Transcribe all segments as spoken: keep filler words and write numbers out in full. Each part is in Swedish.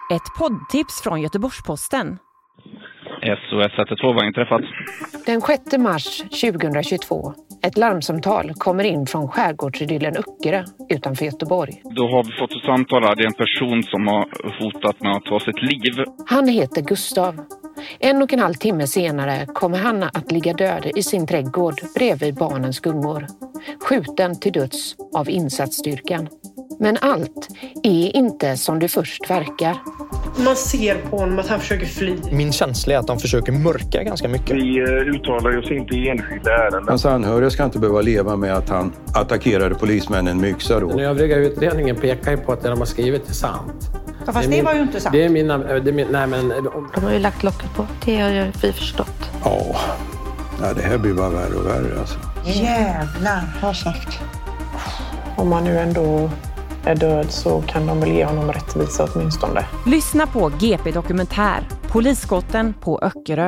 Ett poddtips från Göteborgs-Posten. S O S ett två var inträffat. Den sjätte mars tjugohundratjugotvå. Ett larmsamtal kommer in från skärgårdsidyllen Öckerö utanför Göteborg. Då har vi fått ett samtal här. Det är en person som har hotat med att ta sitt liv. Han heter Gustav. En och en halv timme senare kommer han att ligga död i sin trädgård bredvid barnens gungor. Skjuten till döds av insatsstyrkan. Men allt är inte som det först verkar. Man ser på honom att han försöker fly. Min känsla är att de försöker mörka ganska mycket. Vi uttalar oss inte i enskilda ärenden. Hans anhöriga ska inte behöva leva med att han attackerade polismännen med yxa då. Den övriga utredningen pekar ju på att det de har skrivit är sant. Ja, fast det, det min, var ju inte sant. Det är mina... Det är min, nej, men, de har ju lagt locket på. Det har jag ju förstått. Ja. ja, det här blir bara värre och värre alltså. Jävlar, har sagt. Om man nu ändå är död så kan de väl ge honom rättvisa åtminstone. Lyssna på G P Dokumentär. Polisskotten på Öckerö.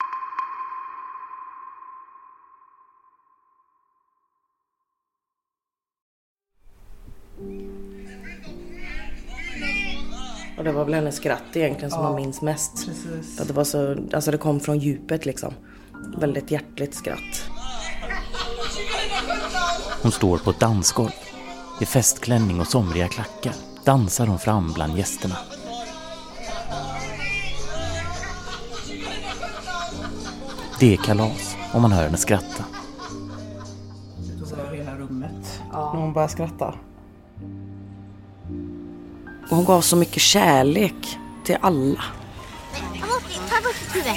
Och det var väl hennes skratt egentligen som ja, man minns mest. Precis. Att det var så, alltså det kom från djupet liksom. Väldigt hjärtligt skratt. Hon står på ett dansgolv. I festklänning och somriga klackar dansar hon fram bland gästerna. Det är kalas om man hör henne skratta. Så var hela rummet ja. När hon började skratta. Och hon gav så mycket kärlek till alla. Ta bort huvudet.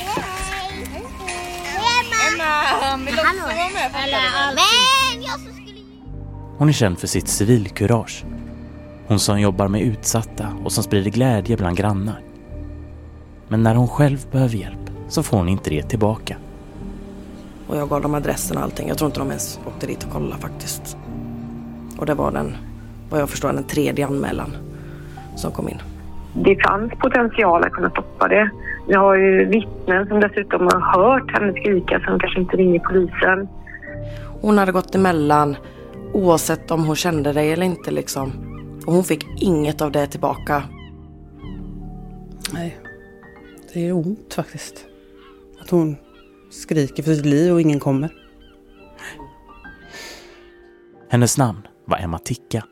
Emma, vill också vara med på det? Men jag så skulle... Hon är känd för sitt civilkurage. Hon som jobbar med utsatta och som sprider glädje bland grannar. Men när hon själv behöver hjälp så får hon inte det tillbaka. Och jag gav dem adressen och allting. Jag tror inte de ens åkte dit och kollade faktiskt. Och det var den, vad jag förstår, den tredje anmälan som kom in. Det fanns potential att kunna stoppa det. Vi har ju vittnen som dessutom har hört henne skrika som kanske inte ringer polisen. Hon hade gått emellan oavsett om hon kände det eller inte liksom. Och hon fick inget av det tillbaka. Nej, det är ont faktiskt. Att hon skriker för sitt liv och ingen kommer. Hennes namn var Emma Ticka.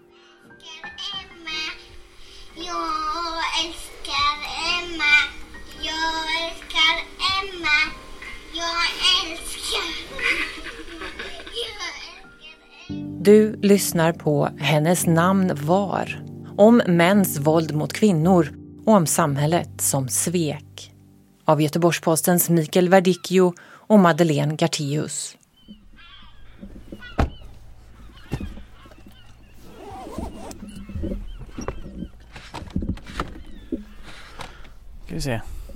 Du lyssnar på Hennes namn var. Om mäns våld mot kvinnor och om samhället som svek. Av Göteborgs-Postens Mikael Verdicchio och Madeleine Gartius. Ska vi se.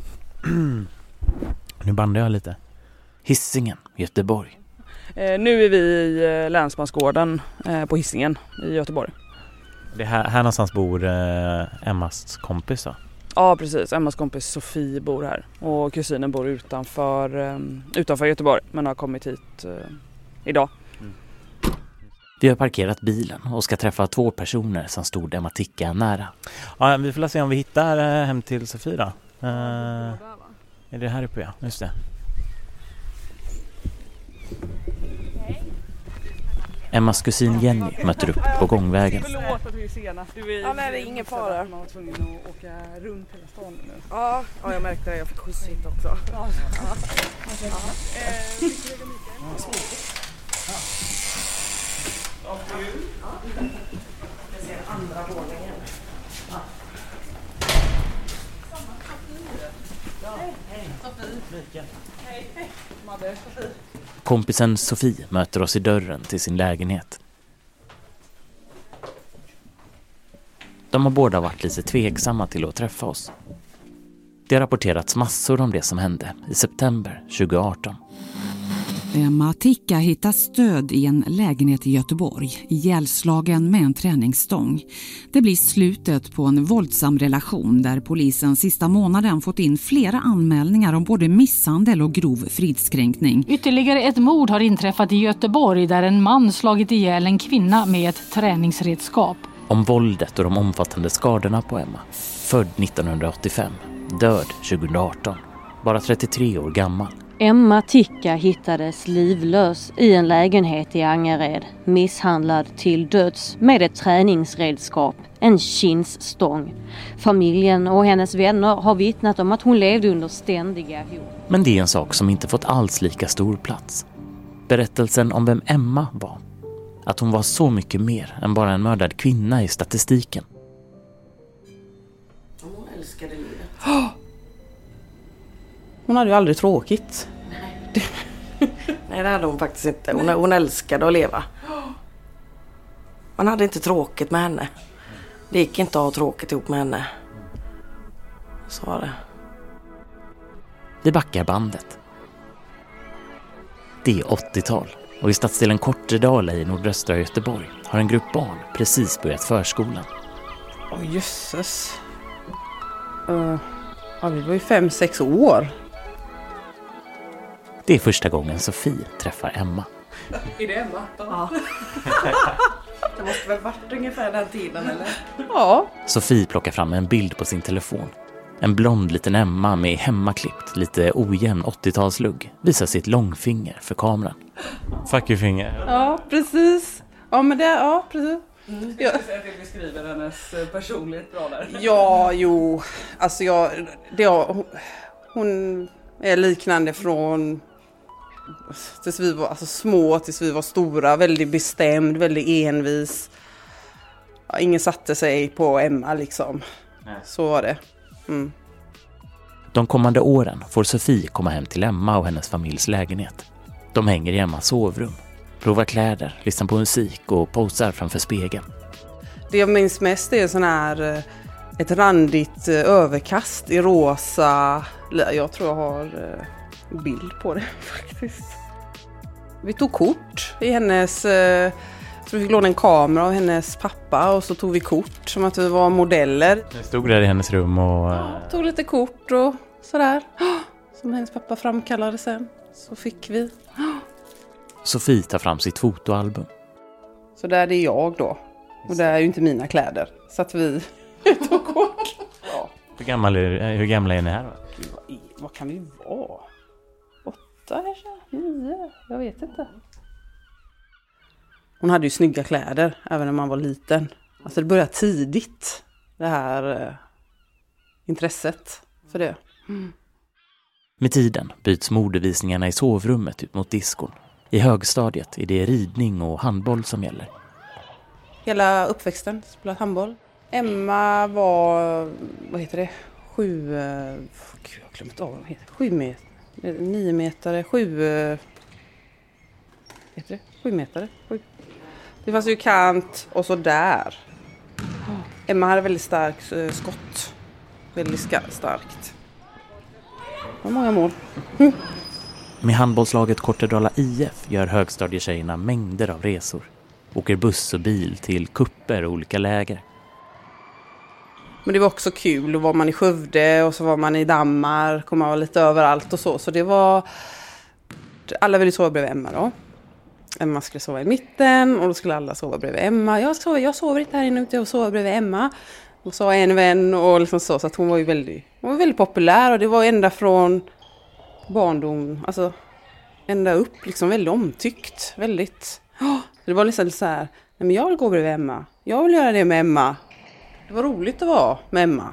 Nu bandar jag lite. Hisingen, Göteborg. Eh, nu är vi i eh, Länsmansgården eh, på Hisingen i Göteborg. Det här, här någonstans bor eh, Emmas kompis då? Ja, precis. Emmas kompis Sofie bor här. Och kusinen bor utanför, eh, utanför Göteborg men har kommit hit eh, idag. Mm. Vi har parkerat bilen och ska träffa två personer som stod Emma Ticka nära. Ja, vi får se om vi hittar eh, hem till Sofie då. Eh, är det här uppe, ja? Just det. Emmas kusin Jenny möter upp på gångvägen. Förlåt att vi är sena. Du är, ja, nej, det är ingen fara. Man var tvungen att åka runt hela stan nu. Ja, ja, jag märkte det. Jag fick skjuts hit också. Ja. Ja. Ja. Eh, jag ser andra våningen. Ja. Hej, Sofie. Hej, hej. Madde, Sofie. Kompisen Sofie möter oss i dörren till sin lägenhet. De har båda varit lite tveksamma till att träffa oss. Det har rapporterats massor om det som hände i september tjugoarton. Emma Ticka hittar stöd i en lägenhet i Göteborg, ihjälslagen med en träningsstång. Det blir slutet på en våldsam relation där polisen sista månaden fått in flera anmälningar om både misshandel och grov fridskränkning. Ytterligare ett mord har inträffat i Göteborg där en man slagit ihjäl en kvinna med ett träningsredskap. Om våldet och de omfattande skadorna på Emma. född nittonhundraåttiofem, död tjugoarton, bara trettiotre år gammal. Emma Ticka hittades livlös i en lägenhet i Angered, misshandlad till döds med ett träningsredskap, en kinsstång. Familjen och hennes vänner har vittnat om att hon levde under ständiga hot. Men det är en sak som inte fått alls lika stor plats. Berättelsen om vem Emma var. Att hon var så mycket mer än bara en mördad kvinna i statistiken. Hon älskade livet. Oh! Hon hade ju aldrig tråkigt. Nej. Nej, det hade hon faktiskt inte. Hon, hon älskade att leva. Man hade inte tråkigt med henne. Det gick inte att ha tråkigt ihop med henne. Så var det. Det backar bandet. Det är åttiotal och i stadsdelen Kortedala i nordöstra Göteborg har en grupp barn precis börjat förskolan. Åh oh, jösses. Uh, ja, vi var ju fem, sex år. Det är första gången Sofie träffar Emma. Är det Emma? Ja. Det måste väl varit ungefär den tiden, eller? Ja. Sofie plockar fram en bild på sin telefon. En blond liten Emma med hemmaklippt, lite ojämn åttiotalslugg visar sitt långfinger för kameran. Fuck you finger. Ja, precis. Ja, men det, ja, precis. Mm. Jag vill beskriva hennes personlighet bra där. Ja, jo. Alltså jag, det, ja, hon är liknande från tills vi var alltså, små tills vi var stora. Väldigt bestämd, väldigt envis. Ja, ingen satte sig på Emma liksom. Nej. Så var det. Mm. De kommande åren får Sofie komma hem till Emma och hennes familjs lägenhet. De hänger i Emmas sovrum, provar kläder, lyssnar på musik och posar framför spegeln. Det jag minns mest är sån här ett randigt överkast i rosa. Jag tror jag har bild på det faktiskt. Vi tog kort i hennes, så vi fick låna en kamera av hennes pappa och så tog vi kort som att vi var modeller. Jag stod där i hennes rum och... Ja, tog lite kort och sådär. Som hennes pappa framkallade sen. Så fick vi. Sofie tar fram sitt fotoalbum. Så där är det jag då. Och det är ju inte mina kläder. Så att vi tog kort. Ja. Hur, gammal är, hur gamla är ni här då? Gud, vad, vad kan vi vara? Åtta kanske? Nio? Jag vet inte. Hon hade ju snygga kläder även när man var liten. Alltså det började tidigt. Det här eh, intresset för det. Mm. Med tiden byts modevisningarna i sovrummet ut mot diskon. I högstadiet är det ridning och handboll som gäller. Hela uppväxten spelat handboll. Emma var, vad heter det? Sju, gud, jag har glömt av vad de heter. Sju meter, nio meter, sju, heter det? Sju meter, sju. Det fanns ju kant och så där. Emma hade väldigt starkt skott. Väldigt starkt. Det var många mål. Mm. Med handbollslaget Kortedala I F gör högstadietjejerna mängder av resor. Åker buss och bil till kupper och olika läger. Men det var också kul. Då var man i Skövde och så var man i Danmark och man var lite överallt och så. Så det var... Alla ville sova bredvid Emma då. Emma skulle sova i mitten och då skulle alla sova bredvid Emma. Jag sover, jag sover inte här inne ute och sover bredvid Emma. Och så en vän och liksom så. Så att hon var ju väldigt, hon var väldigt populär och det var ända från barndom, alltså ända upp liksom väldigt omtyckt. Väldigt... Oh, det var liksom så här, nej men jag vill gå bredvid Emma. Jag vill göra det med Emma. Det var roligt att vara med Emma.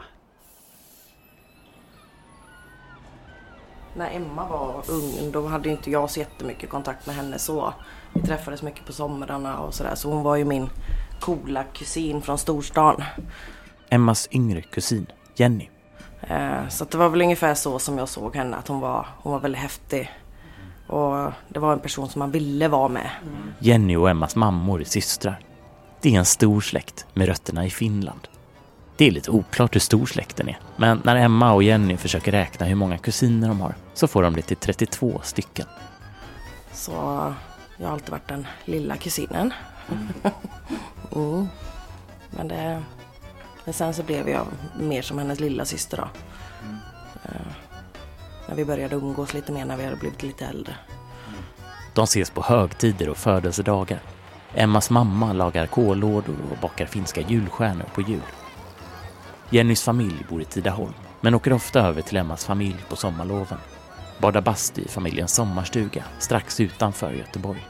När Emma var ung, då hade inte jag så jättemycket kontakt med henne så. Vi träffades mycket på somrarna och sådär. Så hon var ju min coola kusin från storstan. Emmas yngre kusin, Jenny. Eh, så det var väl ungefär så som jag såg henne. Att hon var, hon var väldigt häftig. Och det var en person som man ville vara med. Mm. Jenny och Emmas mammor är systrar. Det är en stor släkt med rötterna i Finland. Det är lite oklart hur stor släkten är. Men när Emma och Jenny försöker räkna hur många kusiner de har så får de det till trettiotvå stycken. Så jag har alltid varit den lilla kusinen. Mm. mm. Men det... Men sen så blev jag mer som hennes lilla syster då. Mm. Uh, när vi började umgås lite mer när vi hade blivit lite äldre. De ses på högtider och födelsedagar. Emmas mamma lagar kålådor och bakar finska julstjärnor på jul. Jennys familj bor i Tidaholm, men åker ofta över till Emmas familj på sommarloven. Badar bastu i familjens sommarstuga strax utanför Göteborg.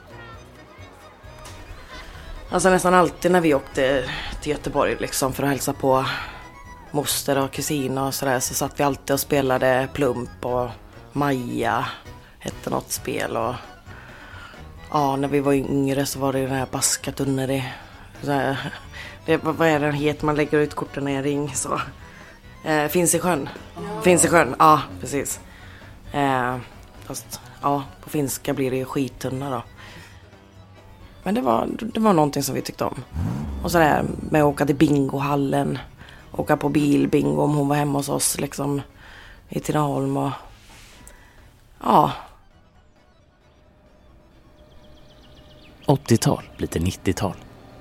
Alltså nästan alltid när vi åkte till Göteborg liksom för att hälsa på moster och kusiner och sådär, så satt vi alltid och spelade Plump och Maja hette något spel. Och ja, när vi var yngre så var det den här Baskatunneri. Det, vad är den het? Man lägger ut korten i en ring så. Eh, finns i sjön. Ja. Finns i sjön, ja precis. Eh, fast ja, på finska blir det ju skittunna då. Men det var, det var någonting som vi tyckte om. Och så där med att åka till bingohallen. Åka på bilbingo om hon var hemma hos oss liksom i Tidaholm och ja. åttiotal blir till nittiotal.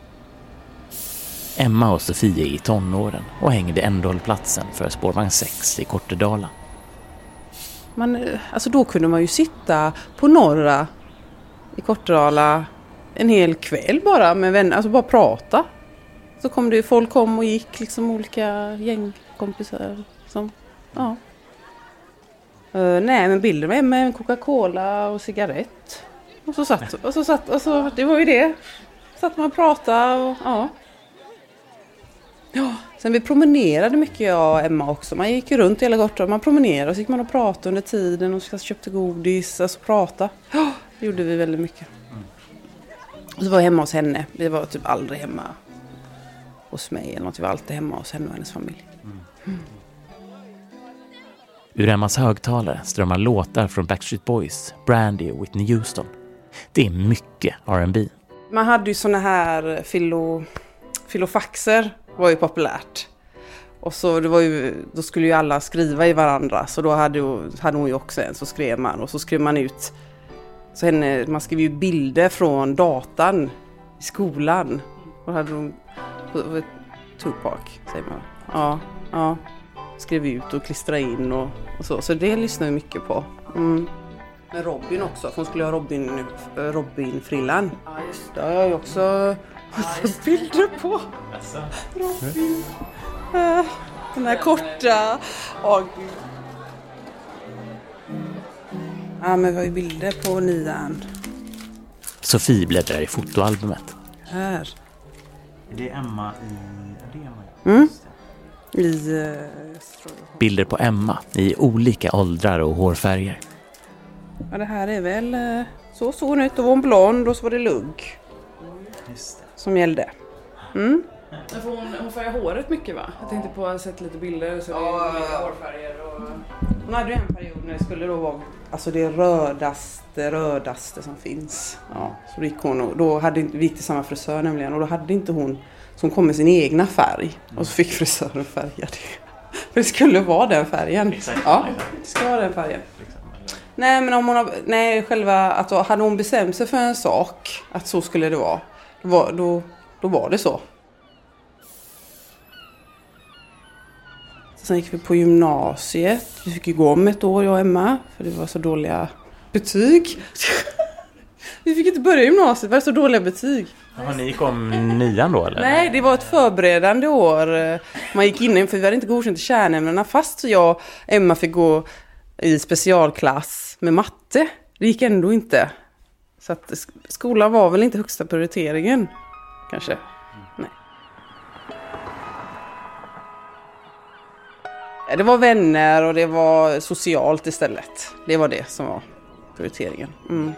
Emma och Sofie är i tonåren och hänger vid ändhållplatsen för spårvagn sex i Kortedala. Man, alltså då kunde man ju sitta på norra i Kortedala en hel kväll bara med vänner, alltså bara prata. Så kom det ju, folk kom och gick liksom olika gängkompisar som, ja. Uh, nej men bilder med Emma, en Coca-Cola och cigarett. Och så satt, och så satt, och så, det var ju det. Satt man och pratade och ja. Ja, sen vi promenerade mycket jag och Emma också. Man gick ju runt hela Kortedala, man promenerade och så gick man och pratade under tiden och så köpte godis, alltså prata. Ja, det gjorde vi väldigt mycket. Och så var jag hemma hos henne. Vi var typ aldrig hemma hos mig eller något. Vi var alltid hemma hos henne och hennes familj. Mm. Ur Emmas högtalare strömmar låtar från Backstreet Boys, Brandy och Whitney Houston. Det är mycket R and B. Man hade ju såna här filo, filofaxer, var ju populärt. Och så det var ju, då skulle ju alla skriva i varandra. Så då hade, ju, hade hon ju också en, så skrev man. Och så skrev man ut, så henne, man skrev ju bilder från datan i skolan. Och hade hon, Tupac säger man. Ja, ja. Skrev ut och klistrade in och, och så. Så det lyssnar vi mycket på. Mm. Men Robin också, för hon skulle ha Robin, Robin-frillan. Ja, just det. Det har jag också ja, bilder på. Robin. Uh, den här korta. Åh, gud. Ja, men vi har ju bilder på nian. Sofie bläddrar i fotoalbumet. Här. Är det Emma i... Är det Emma? Mm. I, uh, bilder på Emma i olika åldrar och hårfärger. Ja, det här är väl uh, så såg hon ut. Då var hon blond och så var det lugg. Just det. Som gällde. Mm. Hon, hon färgar håret mycket va? Jag tänkte på att jag sett lite bilder så ja, det är olika hårfärger. Och... Hon hade ju en period när det skulle då vara alltså det rödaste, rödaste som finns. Ja, så då gick hon och då hade vi gick till samma frisör nämligen och då hade inte hon som kom med sin egna färg och så fick frisören färga det. För det skulle vara den färgen. Exakt. Ja, det ska vara den färgen. Nej, men om hon har, nej, själva att då, hade hon bestämt sig för en sak att så skulle det vara. Då var, då, då var det så. Sen gick vi på gymnasiet. Vi fick ju gå om ett år, jag och Emma. För det var så dåliga betyg. Vi fick inte börja gymnasiet, det var så dåliga betyg. Ja, ni gick om nian då eller? Nej, det var ett förberedande år. Man gick in för vi hade inte godkänt i kärnämnena. Fast jag och Emma fick gå i specialklass med matte. Det gick ändå inte. Så att skolan var väl inte högsta prioriteringen. Kanske. Nej. Det var vänner och det var socialt istället. Det var det som var prioriteringen. Mm.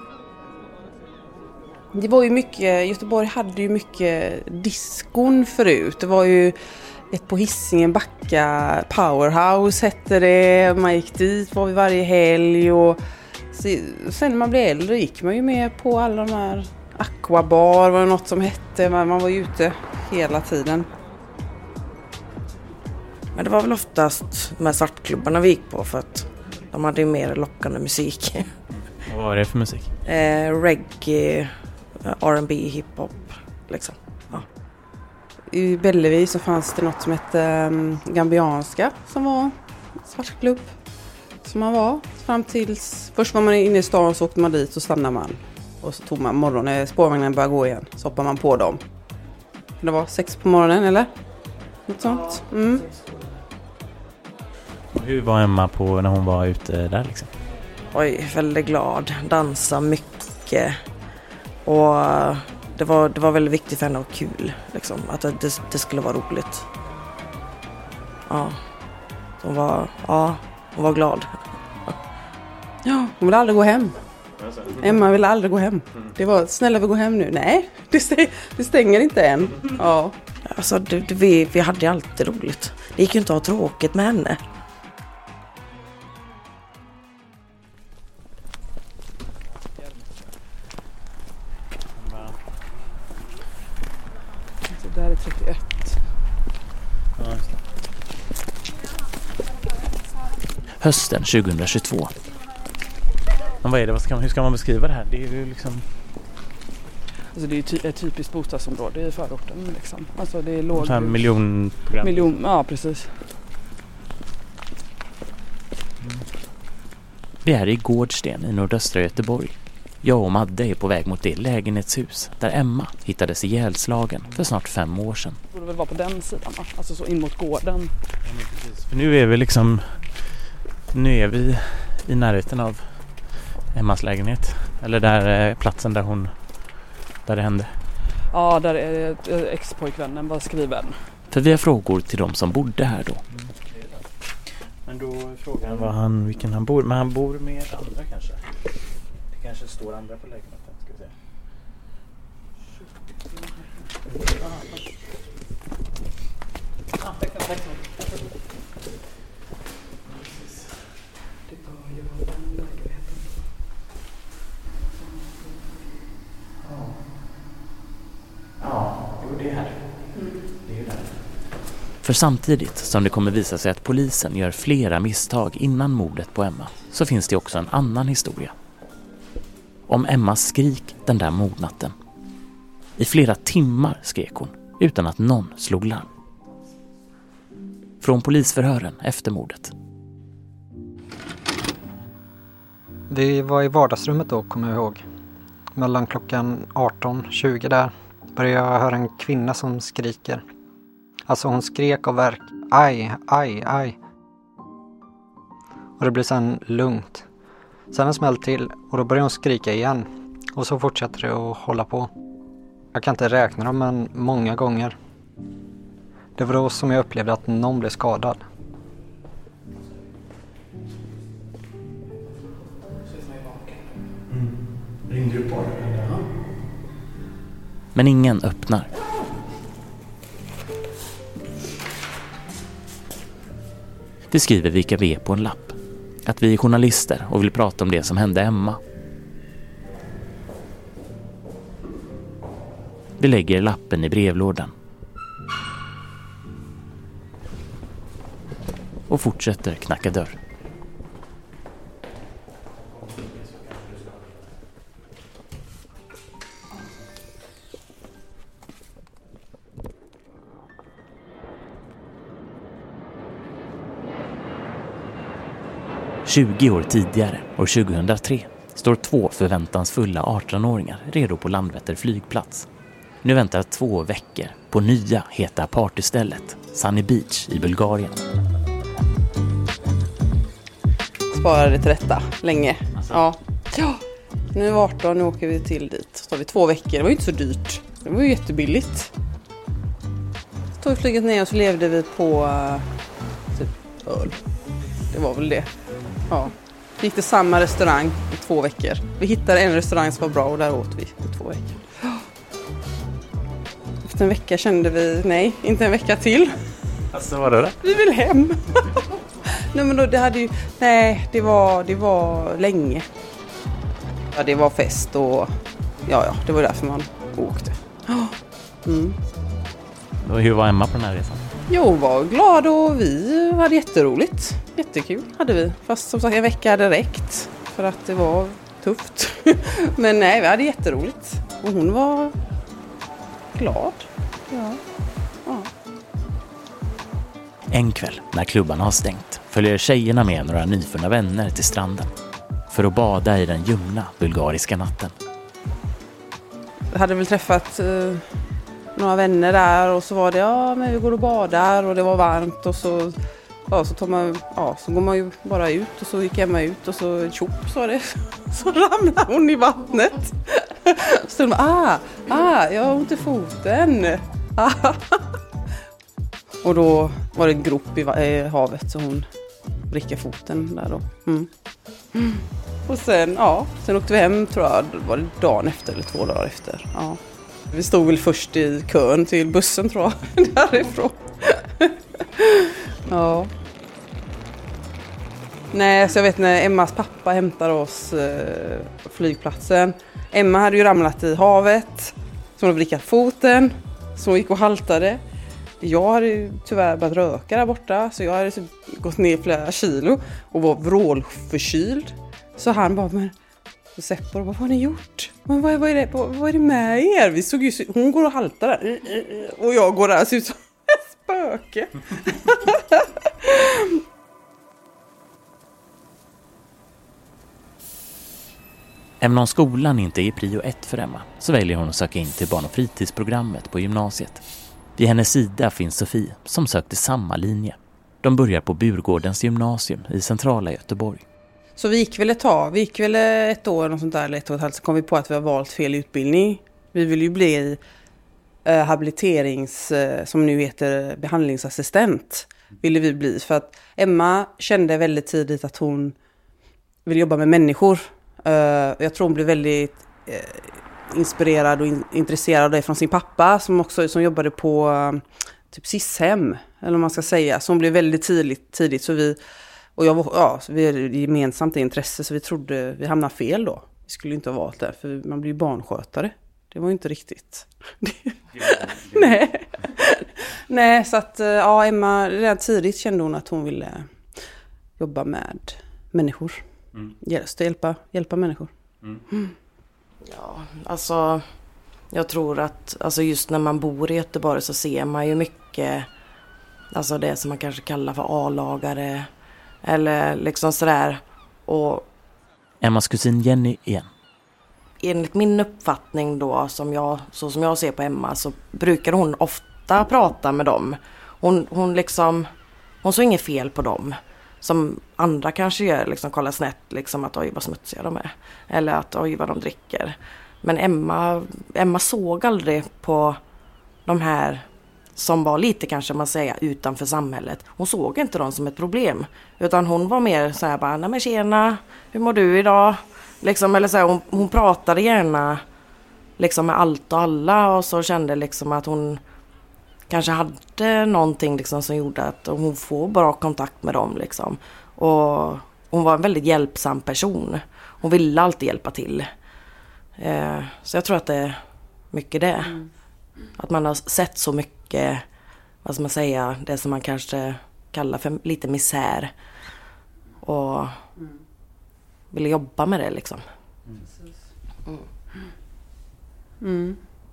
Det var ju mycket, Göteborg hade ju mycket diskon förut. Det var ju ett på Hisingen Backa Powerhouse hette det. Man gick dit var vi varje helg och sen när man blev äldre gick man ju med på alla de här Aquabar var det något som hette. Man var ju ute hela tiden. Men det var väl oftast de här svartklubbarna vi gick på för att de hade ju mer lockande musik. Vad var det för musik? Eh, reggae, R and B, hiphop liksom. Ja. I Bellevi så fanns det något som hette um, Gambianska som var svartklubb som man var fram tills först var man inne i stan så åkte man dit och stannade man och så tog man morgonen när spårvagnen började gå igen så hoppade man på dem. Det var sex på morgonen eller? något sånt. Mm. Hur var Emma på när hon var ute där liksom? Oj, väldigt glad. Dansa mycket. Och det var, det var väldigt viktigt för henne och kul. Liksom. Att det, det skulle vara roligt. Ja. Hon var, ja, hon var glad. Ja, hon ville aldrig gå hem. Emma ville aldrig gå hem. Det var, snälla vi går hem nu. Nej, det stänger, det stänger inte än. Ja. Alltså, det, det, vi, vi hade alltid roligt. Det gick ju inte att ha tråkigt med henne. Det där är trettioett. Ja, just det. Hösten tjugohundratjugotvå. Men vad är det? Vad ska man, hur ska man beskriva det här? Det är ju liksom... Alltså det är ty- ett typiskt bostadsområde i förorten. Liksom. Alltså det är låg... Så här miljonprogram. Miljon, ja, precis. Mm. Vi är i Gårdsten i nordöstra Göteborg. Jag och Madde är på väg mot det lägenhetshus där Emma hittades ihjälslagen för snart fem år sedan. Det borde väl vara på den sidan, va? Alltså så in mot gården. Ja, men precis. För nu är vi liksom... Nu är vi i närheten av Emmas lägenhet. Eller där platsen där hon... Där det hände. Ja, där är ex-pojkvännen var skriven. För vi har frågor till de som bodde här då. Mm. Men då är frågan var han, vilken han bor. Men han bor med andra kanske. Det kanske står andra på lägenheten. Ska vi se. Ah, tack, tack, tack. Ja, jo, det är här. Mm. Det är ju där. För samtidigt som det kommer visa sig att polisen gör flera misstag innan mordet på Emma, så finns det också en annan historia. Om Emmas skrik den där mordnatten. I flera timmar skrek hon utan att någon slog larm. Från polisförhören efter mordet. Vi var i vardagsrummet då, kommer jag ihåg. Mellan klockan arton och tjugo där började jag höra en kvinna som skriker. Alltså hon skrek av värk. Aj, aj, aj. Och det blir sen lugnt. Sen en smäll till och då börjar hon skrika igen. Och så fortsätter det att hålla på. Jag kan inte räkna dem, men många gånger. Det var då som jag upplevde att någon blev skadad. Mm. Ringde du på det? Ja. Men ingen öppnar. Vi skriver vilka vi är på en lapp. Att vi är journalister och vill prata om det som hände Emma. Vi lägger lappen i brevlådan. Och fortsätter knacka dörr. tjugo år tidigare, år tjugohundratre, står två förväntansfulla arton-åringar redo på Landvetter flygplats. Nu väntar två veckor på nya heta partystället, Sunny Beach i Bulgarien. Sparade till detta länge. Alltså. Ja. Ja. Nu är vi arton, nu åker vi till dit. Så tar vi två veckor, det var ju inte så dyrt. Det var ju jättebilligt. Så tog vi flyget ner och så levde vi på uh, typ öl. Det var väl det. Ja. Vi gick till samma restaurang i två veckor. Vi hittade en restaurang som var bra och där åt vi i två veckor. Efter en vecka kände vi, nej, inte en vecka till. Alltså vad var det? Vi vill hem. Nej men då, det hade ju, nej det var, det var länge. Ja, det var fest och ja, ja, det var därför man åkte. Mm. Och hur var Emma på den här resan? Jo, hon var glad och vi hade jätteroligt. Jättekul hade vi. Fast som sagt en vecka hade räckt för att det var tufft. Men nej, vi hade jätteroligt. Och hon var glad. Ja. Ja. En kväll när klubbarna har stängt följer tjejerna med några nyfunna vänner till stranden för att bada i den ljumna bulgariska natten. Jag hade väl träffat eh, några vänner där och så var det ja men vi går och badar och det var varmt och så ja så tar man ja så går man ju bara ut och så gick Emma ut och så tjopp så det så ramlade hon i vattnet. Så de ah ah jag har ont i foten. Och då var det en grop i havet så hon vrickade foten där då. Mm. Mm. Och sen ja, sen åkte vi hem tror jag, var det dagen efter eller två dagar efter. Ja. Vi stod väl först i kön till bussen tror jag, därifrån. Ja. Nej, så jag vet när Emmas pappa hämtade oss eh, på flygplatsen. Emma hade ju ramlat i havet, så hon hade vrickat foten, så hon gick och haltade. Jag hade ju tyvärr börjat röka där borta, så jag hade typ gått ner flera kilo och var vrålförkyld. Så han bara, men så Seppo, vad har ni gjort? Men vad, vad, är det, vad, vad är det med er? Vi såg ju, hon går och haltar där och jag går där och ser ut som ett spöke. Även om skolan inte är prio ett för Emma så väljer hon att söka in till barn- och fritidsprogrammet på gymnasiet. Vid hennes sida finns Sofie som sökte samma linje. De börjar på Burgårdens gymnasium i centrala Göteborg. Så vi gick väl ett tag, vi gick väl ett år och sånt där, eller ett och ett halvt, så kom vi på att vi har valt fel utbildning. Vi vill ju bli eh, habiliterings, eh, som nu heter behandlingsassistent, ville vi bli. För att Emma kände väldigt tidigt att hon vill jobba med människor. Uh, jag tror hon blev väldigt uh, inspirerad och in, intresserad av det från sin pappa som också som jobbade på uh, typ SIS-hem eller vad man ska säga. Så hon blev väldigt tidigt, tidigt så vi och jag var, ja, så vi hade gemensamt intresse så vi trodde vi hamnade fel då. Vi skulle inte ha valt det för man blir ju barnskötare. Det var ju inte riktigt. Nej. Nej, så att uh, ja, Emma redan tidigt kände hon att hon ville jobba med människor. Mm. Just hjälpa, hjälpa människor. Mm. Mm. Ja, alltså jag tror att alltså just när man bor i Göteborg så ser man ju mycket alltså det som man kanske kallar för A-lagare eller liksom sådär. Och Emmas kusin Jenny igen. Enligt min uppfattning då, som jag, så som jag ser på Emma, så brukar hon ofta prata med dem. Hon, hon liksom, hon såg inget fel på dem. Som andra kanske gör, liksom kolla snett, liksom att oj vad smutsiga de är. Eller att oj vad de dricker. Men Emma, Emma såg aldrig på de här som var lite kanske man säger utanför samhället. Hon såg inte dem som ett problem. Utan hon var mer så här bara, nej men tjena, hur mår du idag? Liksom, eller så här, hon, hon pratade gärna liksom med allt och alla. Och så kände liksom att hon kanske hade någonting liksom som gjorde att hon får bra kontakt med dem. Liksom. Och hon var en väldigt hjälpsam person. Hon ville alltid hjälpa till. Eh, så jag tror att det är mycket det. Mm. Att man har sett så mycket, vad ska man säga, det som man kanske kallar för lite misär. Och mm. ville jobba med det liksom. Mm. Mm.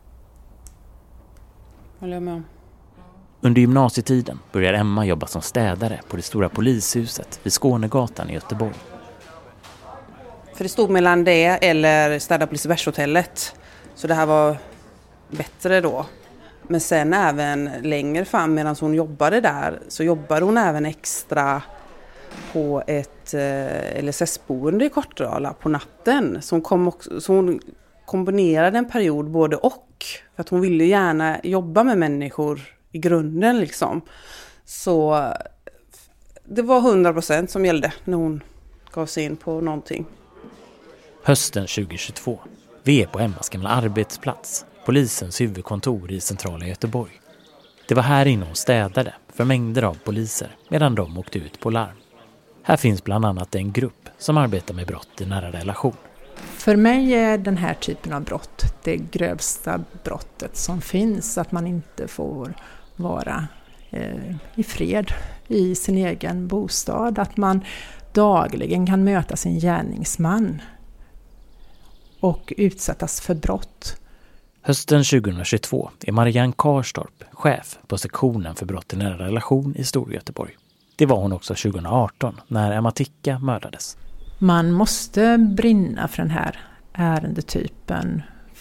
Håller jag med om. Under gymnasietiden börjar Emma jobba som städare på det stora polishuset vid Skånegatan i Göteborg. För det stod mellan det eller städa på Lisebergshotellet. Så det här var bättre då. Men sen även längre fram medan hon jobbade där så jobbade hon även extra på ett eh, L S S-boende i Kortedala på natten. Så hon, kom också, så hon kombinerade en period både och. För att hon ville gärna jobba med människor i grunden liksom. Så det var hundra procent som gällde när hon gav sig in på någonting. Hösten tjugohundratjugotvå. Vi är på Emmas gamla arbetsplats. Polisens huvudkontor i centrala Göteborg. Det var här inne hon städade för mängder av poliser medan de åkte ut på larm. Här finns bland annat en grupp som arbetar med brott i nära relation. För mig är den här typen av brott det grövsta brottet som finns. Att man inte får vara eh, i fred i sin egen bostad. Att man dagligen kan möta sin gärningsman och utsättas för brott. Hösten tjugohundratjugotvå är Marianne Karstorp chef på sektionen för brott i nära relation i Storgöteborg. Det var hon också tjugohundraarton när Emma Ticka mördades. Man måste brinna för den här ärendetypen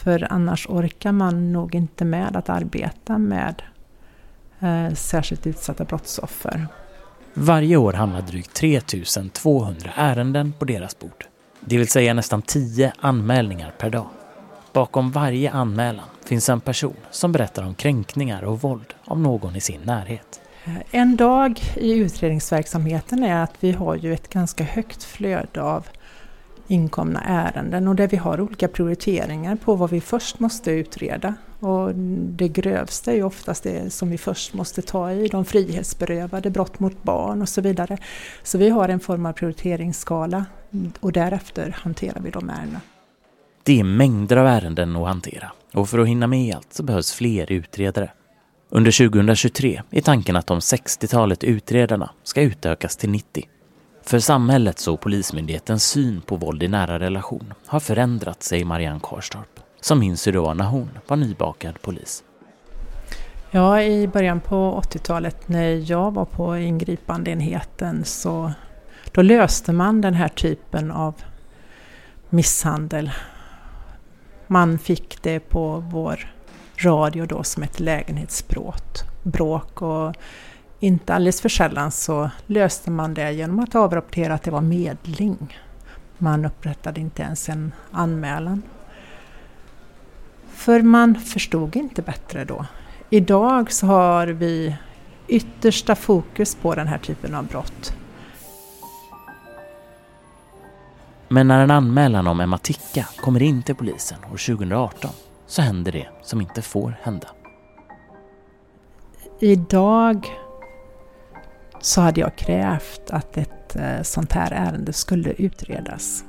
För annars orkar man nog inte med att arbeta med eh, särskilt utsatta brottsoffer. Varje år hamnar drygt tre tusen tvåhundra ärenden på deras bord. Det vill säga nästan tio anmälningar per dag. Bakom varje anmälan finns en person som berättar om kränkningar och våld av någon i sin närhet. En dag i utredningsverksamheten är att vi har ju ett ganska högt flöde av inkomna ärenden och där vi har olika prioriteringar på vad vi först måste utreda. Och det grövsta är ju oftast det som vi först måste ta i, de frihetsberövade, brott mot barn och så vidare. Så vi har en form av prioriteringsskala och därefter hanterar vi de ärendena. Det är mängder av ärenden att hantera och för att hinna med allt så behövs fler utredare. Under tjugohundratjugotre är tanken att de sextiotalet utredarna ska utökas till nittio. För samhällets och polismyndighetens syn på våld i nära relation har förändrat sig Marianne Karstorp, som minns hur det var när hon var nybakad polis. Ja, i början på åttiotalet när jag var på ingripandeenheten så då löste man den här typen av misshandel. Man fick det på vår radio då som ett lägenhetsbråk bråk och inte alldeles för sällan så löste man det genom att avrapportera att det var medling. Man upprättade inte ens en anmälan. För man förstod inte bättre då. Idag så har vi yttersta fokus på den här typen av brott. Men när en anmälan om Emma Ticka kommer in till polisen år tjugohundraarton så händer det som inte får hända. Idag så hade jag krävt att ett eh, sånt här ärende skulle utredas.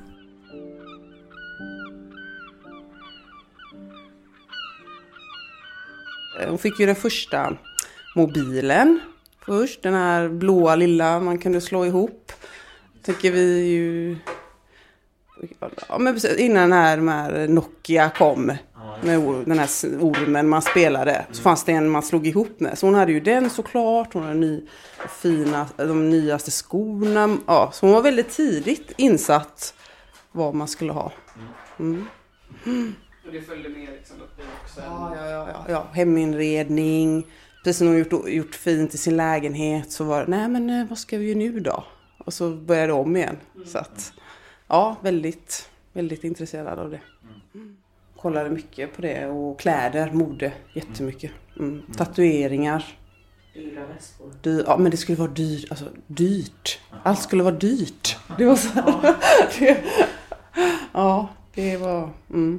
Hon fick ju den första mobilen först, den här blåa lilla man kunde slå ihop. Tycker vi ju... Ja, men innan den här, den här Nokia kom med den här ormen man spelade så fanns det en man slog ihop med. Så hon hade ju den såklart, hon hade ny, fina, de nyaste skorna. Ja, så hon var väldigt tidigt insatt vad man skulle ha. Mm. Mm. Och det följde med liksom upp i också? Ja, ja, ja, ja, ja. Heminredning. Precis som hon gjort, gjort fint i sin lägenhet så var det, nej men vad ska vi göra nu då? Och så började det om igen. Mm. Så att, ja, väldigt, väldigt intresserad av det. Mm. Kollade mycket på det och kläder, mode, jättemycket. Mm. Tatueringar. Dyra väskor. Dy- ja, men det skulle vara dyrt. Alltså, dyrt. Allt skulle vara dyrt. Det var så. det, ja, det var... Mm.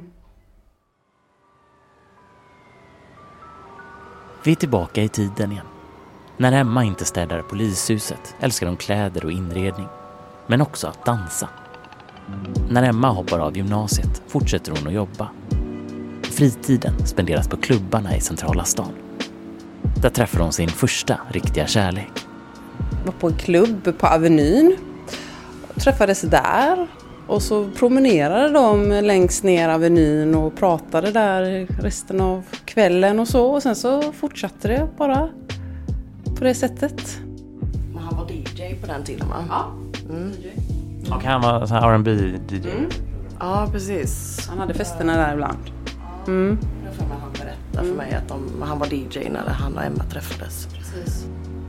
Vi är tillbaka i tiden igen. När Emma inte städar polishuset älskar hon kläder och inredning. Men också att dansa. När Emma hoppar av gymnasiet fortsätter hon att jobba. Fritiden spenderas på klubbarna i centrala stan. Där träffar hon sin första riktiga kärlek. Jag var på en klubb på Avenyn. Träffades där. Och så promenerade de längst ner Avenyn och pratade där resten av kvällen och så. Och sen så fortsatte det bara på det sättet. Men han var D J på den tiden, va? Ja, mm. D J. Och han var så här R and B-D J. Mm. Ja, precis. Han hade festerna där ibland. Mm. Jag får han berätta för mig att de, han var D J när han och Emma träffades. Precis.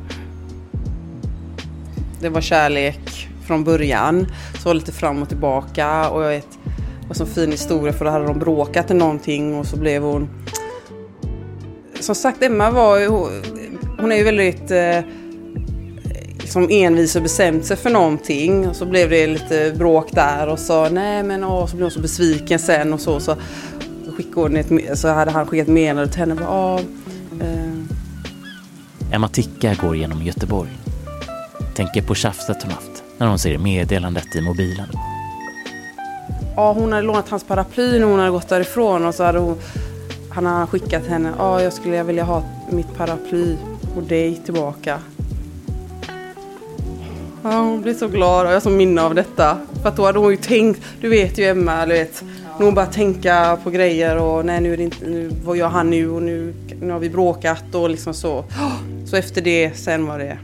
Det var kärlek från början. Så lite fram och tillbaka. Och jag vet, det var så fin historia för då hade de bråkat till någonting och så blev hon... Som sagt, Emma var ju... Hon är ju väldigt... Eh, liksom envis och bestämt sig för någonting. Och så blev det lite bråk där och så nej men åh, så blev hon så besviken sen och så. Så, så, skickade hon ett, så hade han skickat meddelande till henne. Bara, eh. Emma Ticka går genom Göteborg. Tänker på tjafset hon haft när hon ser meddelandet i mobilen. Ja, hon hade lånat hans paraply när hon hade gått därifrån och så hade hon, han hade skickat henne. Ja, jag skulle vilja ha mitt paraply och dig tillbaka. Ja, hon blev så glad och jag som minne av detta. För att då hade hon ju tänkt, du vet ju Emma, du vet. När hon bara tänka på grejer och nej nu är det inte, nu, vad gör han nu och nu, nu har vi bråkat och liksom så. Så efter det, sen var det...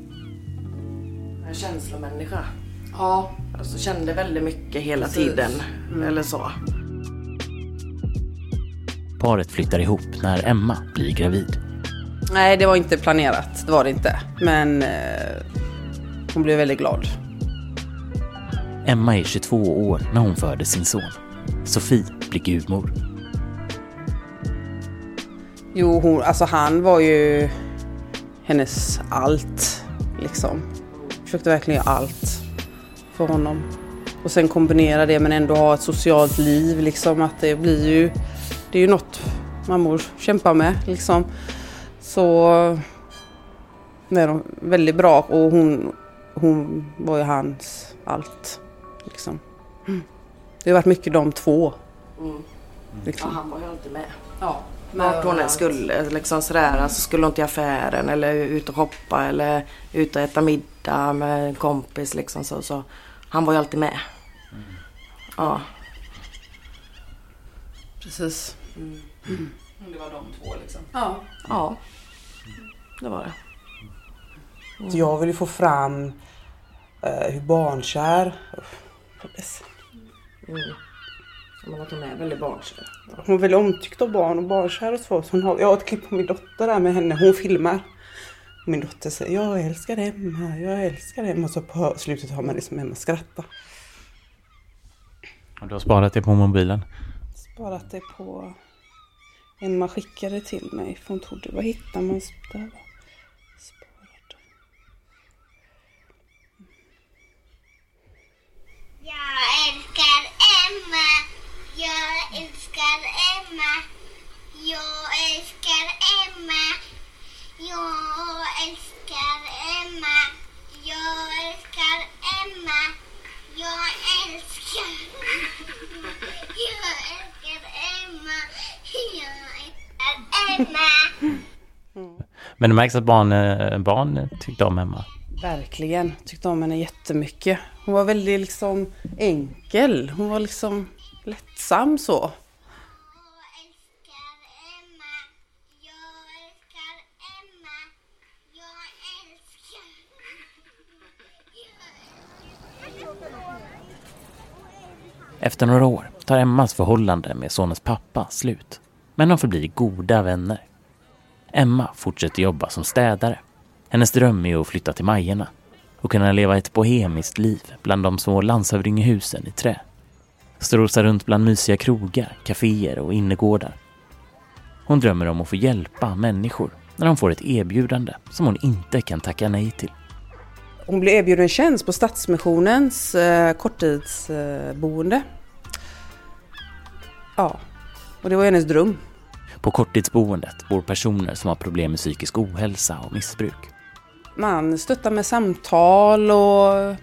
En känslomänniska. Ja. Alltså kände väldigt mycket hela Precis. tiden. Mm. Eller så. Paret flyttar ihop när Emma blir gravid. Nej, det var inte planerat, det var det inte. Men eh, hon blev väldigt glad. Emma är tjugotvå år när hon födde sin son. Sofie blir gudmor. Jo, hon, alltså han var ju hennes allt, liksom. Försökte verkligen göra allt för honom. Och sen kombinera det men ändå ha ett socialt liv, liksom. Att det blir ju, det är ju något mammor kämpar med, liksom. Så nej, väldigt bra. Och hon, hon var ju hans allt, liksom. Mm. Det har varit mycket de två. Mm. Liksom. Ja, han var ju alltid med. Ja. Vart hon än skulle, liksom sådär, alltså skulle hon till affären eller ut och hoppa eller ut och äta middag med en kompis liksom, så, så han var ju alltid med. Mm. Ja. Precis. Mm. Mm. Det var de två liksom. Ja. Ja. Det var det. Mm. Så jag vill ju få fram uh, hur barnkär. Mm. Men att hon är väldigt barnkär. Hon är väldigt omtyckt av barn och barnkär och så. så hon har, jag har ett klipp på min dotter där med henne. Hon filmar. Min dotter säger, jag älskar Emma, jag älskar Emma. Och så på slutet har man liksom Emma skratta. Och du har sparat det på mobilen? Sparat det på... Emma skickade till mig. För hon trodde, vad hittar man där? Sparat. Jag älskar Emma. Jag älskar Emma. Jag älskar Emma. Jag älskar Emma. Jag älskar Emma. Jag älskar Jag älskar Emma. Jag älskar Emma. Men det märks att barn, barn tyckte om Emma. Verkligen. Tyckte om henne jättemycket. Hon var väldigt liksom enkel. Hon var liksom lättsam så. Efter några år tar Emmas förhållande med sonens pappa slut. Men de förblir goda vänner. Emma fortsätter jobba som städare. Hennes dröm är att flytta till Majerna och kunna leva ett bohemiskt liv bland de små landshövdingehusen i trä. Strosa runt bland mysiga krogar, kaféer och innergårdar. Hon drömmer om att få hjälpa människor när de får ett erbjudande som hon inte kan tacka nej till. Hon blev erbjuden tjänst på Stadsmissionens eh, korttidsboende. Eh, ja, och det var hennes dröm. På korttidsboendet bor personer som har problem med psykisk ohälsa och missbruk. Man stöttar med samtal och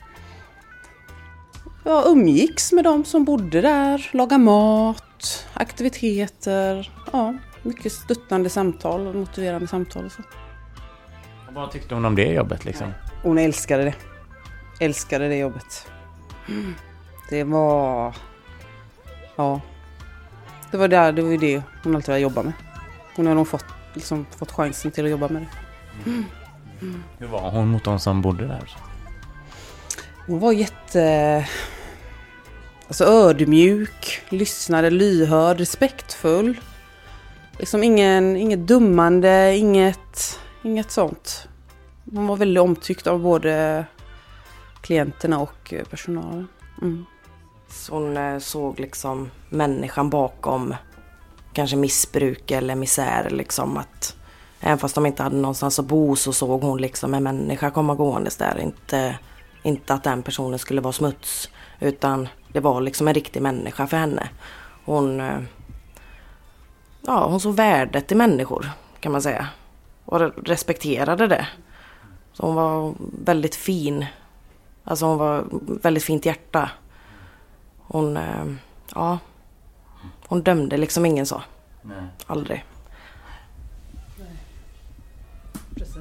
ja, umgicks med dem som bodde där. Laga mat, aktiviteter. Ja, mycket stöttande samtal och motiverande samtal och så. Och vad tyckte hon om det jobbet liksom? Hon älskade det. Älskade det jobbet. Det var... Ja. Det var, där, det var ju det hon alltid har jobbat med. Hon har nog fått, liksom, fått chansen till att jobba med det. Mm. Mm. Hur var hon mot de som bodde där? Hon var jätte... Alltså ödmjuk, lyssnade, lyhörd, respektfull. Liksom ingen, inget dummande, inget, inget sånt. Hon var väldigt omtyckt av både klienterna och personalen. Mm. Så hon såg liksom människan bakom kanske missbruk eller misär. Liksom att, även fast de inte hade någonstans att bo så såg hon liksom en människa komma gåendes där. Inte, inte att den personen skulle vara smuts, utan det var liksom en riktig människa för henne. Hon, ja, hon såg värdet i människor kan man säga. Och respekterade det. Så hon var väldigt fin. Alltså hon var väldigt fint hjärta. Hon, ja, hon dömde liksom ingen så. Nej. Aldrig. Nej. Precis.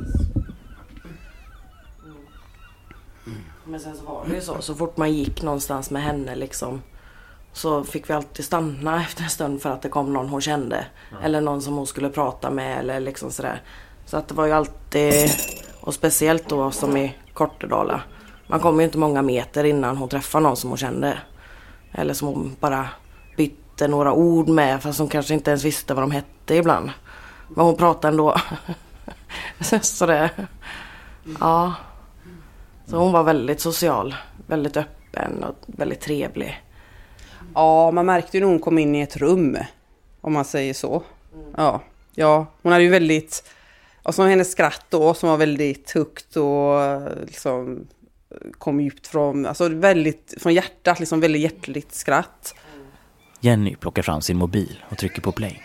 Mm. Men sen så var det ju så. Så fort man gick någonstans med henne liksom, så fick vi alltid stanna efter en stund för att det kom någon hon kände. Ja. Eller någon som hon skulle prata med eller liksom sådär. Så att det var ju alltid, och speciellt då som i Kortedala. Man kom ju inte många meter innan hon träffade någon som hon kände. Eller som hon bara bytte inte några ord med, fast hon kanske inte ens visste vad de hette ibland. Men hon pratade ändå. Så det, ja. Så hon var väldigt social, väldigt öppen och väldigt trevlig. Ja, man märkte ju när hon kom in i ett rum, om man säger så. Ja, ja. Hon hade ju väldigt, alltså hennes skratt då som var väldigt högt och liksom kom djupt från, alltså väldigt från hjärtat, liksom väldigt hjärtligt skratt. Jenny plockar fram sin mobil och trycker på play.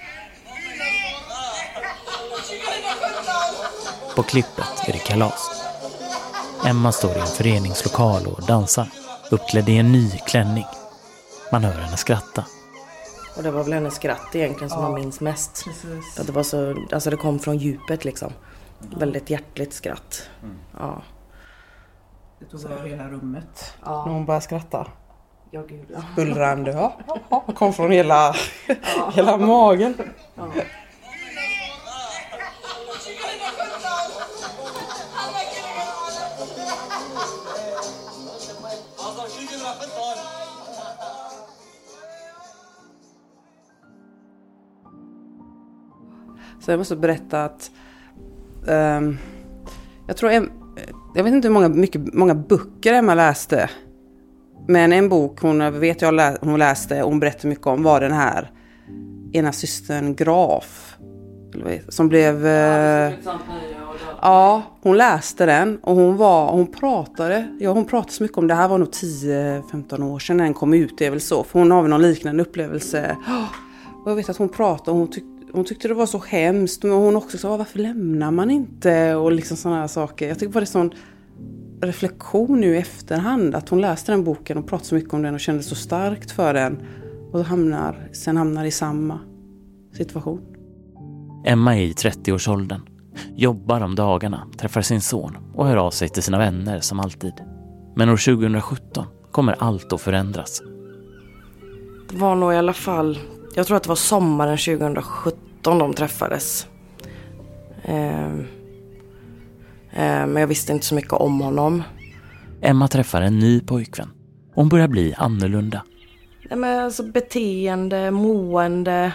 På klippet är det kalas. Emma står i en föreningslokal och dansar, uppklädd i en ny klänning. Man hör henne skratta. Och det var väl hennes skratt egentligen som ja. man minns mest. Att det var så, alltså det kom från djupet liksom. Mm. Väldigt hjärtligt skratt. Mm. Ja. Det tog över hela rummet. Ja. När hon började skratta. Ja, gud. Ja. Bullrande, ja. ja. Kom från hela, ja. hela magen. Ja. Så jag måste berätta att um, jag tror jag, jag vet inte hur många, mycket, många böcker Emma läste. Men en bok hon vet jag lä, hon läste och hon berättade mycket om var den här ena systern Graf som blev uh, ja, hon läste den och hon var hon pratade ja hon pratade så mycket om det här var nog tio femton år sedan när den kom ut, det är väl så, för hon har väl någon liknande upplevelse. Och jag vet att hon pratade och hon tyckte Hon tyckte det var så hemskt, men hon också sa, varför lämnar man inte? Och liksom sådana här saker. Jag tycker bara det är sån reflektion nu i efterhand, att hon läste den boken och pratade så mycket om den och kände så starkt för den. Och hamnar, sen hamnar i samma situation. Emma är i trettioårsåldern, jobbar om dagarna, träffar sin son och hör av sig till sina vänner som alltid. Men år tjugosjutton kommer allt att förändras. Det var nog i alla fall... Jag tror att det var sommaren tjugosjutton de träffades. Eh, eh, men jag visste inte så mycket om honom. Emma träffar en ny pojkvän. Hon börjar bli annorlunda. Nej, men alltså beteende, mående.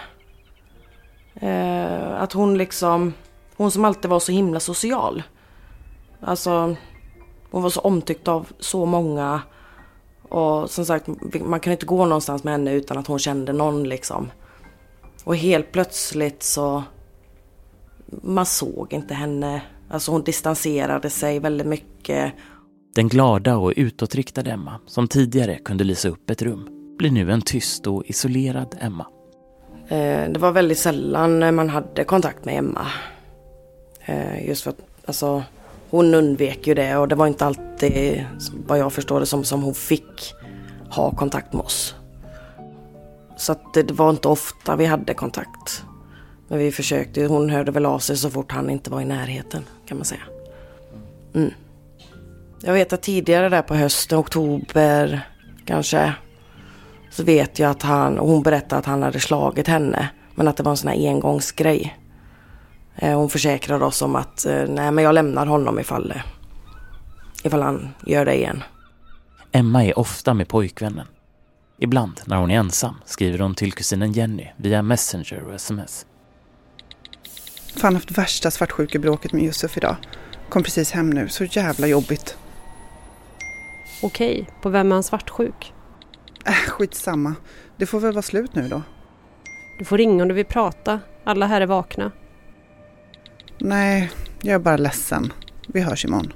Eh, att hon liksom... Hon som alltid var så himla social. Alltså, hon var så omtyckt av så många... Och som sagt, man kan inte gå någonstans med henne utan att hon kände någon liksom. Och helt plötsligt så... Man såg inte henne. Alltså hon distanserade sig väldigt mycket. Den glada och utåtriktade Emma, som tidigare kunde lysa upp ett rum, blir nu en tyst och isolerad Emma. Eh, det var väldigt sällan man hade kontakt med Emma. Eh, just för att, alltså... Hon undvek ju det och det var inte alltid, vad jag förstår det som, som hon fick ha kontakt med oss. Så att det, det var inte ofta vi hade kontakt. Men vi försökte, hon hörde väl av sig så fort han inte var i närheten, kan man säga. Mm. Jag vet att tidigare där på hösten, oktober kanske, så vet jag att han, och hon berättade att han hade slagit henne. Men att det var en sån här engångsgrej. Hon försäkrade oss om att nej, men jag lämnar honom ifall, ifall han gör det igen. Emma är ofta med pojkvännen. Ibland när hon är ensam skriver hon till kusinen Jenny via Messenger och sms. Fan, haft värsta svartsjukebråket med Josef idag. Kom precis hem nu, så jävla jobbigt. Okej, på vem är han svartsjuk? Äh, skitsamma. Det får väl vara slut nu då. Du får ringa om du vill prata. Alla här är vakna. Nej, jag är bara ledsen. Vi hörs imorgon.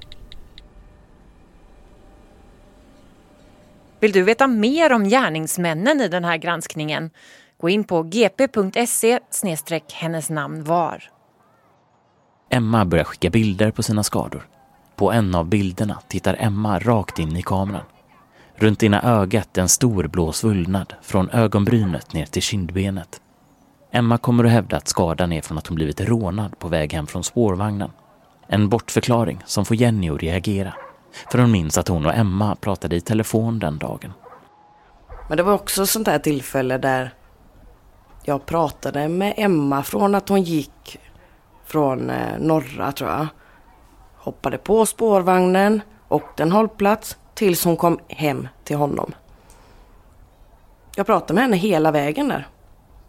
Vill du veta mer om gärningsmännen i den här granskningen? Gå in på gp.se snedstreck hennes namn var. Emma börjar skicka bilder på sina skador. På en av bilderna tittar Emma rakt in i kameran. Runt ena ögat en stor blå svullnad från ögonbrynet ner till kindbenet. Emma kommer att hävda att skadan är från att hon blivit rånad på väg hem från spårvagnen. En bortförklaring som får Jenny att reagera. För hon minns att hon och Emma pratade i telefon den dagen. Men det var också sånt där tillfälle där jag pratade med Emma från att hon gick från eh, norra, tror jag. Hoppade på spårvagnen och den hållplats tills hon kom hem till honom. Jag pratade med henne hela vägen där.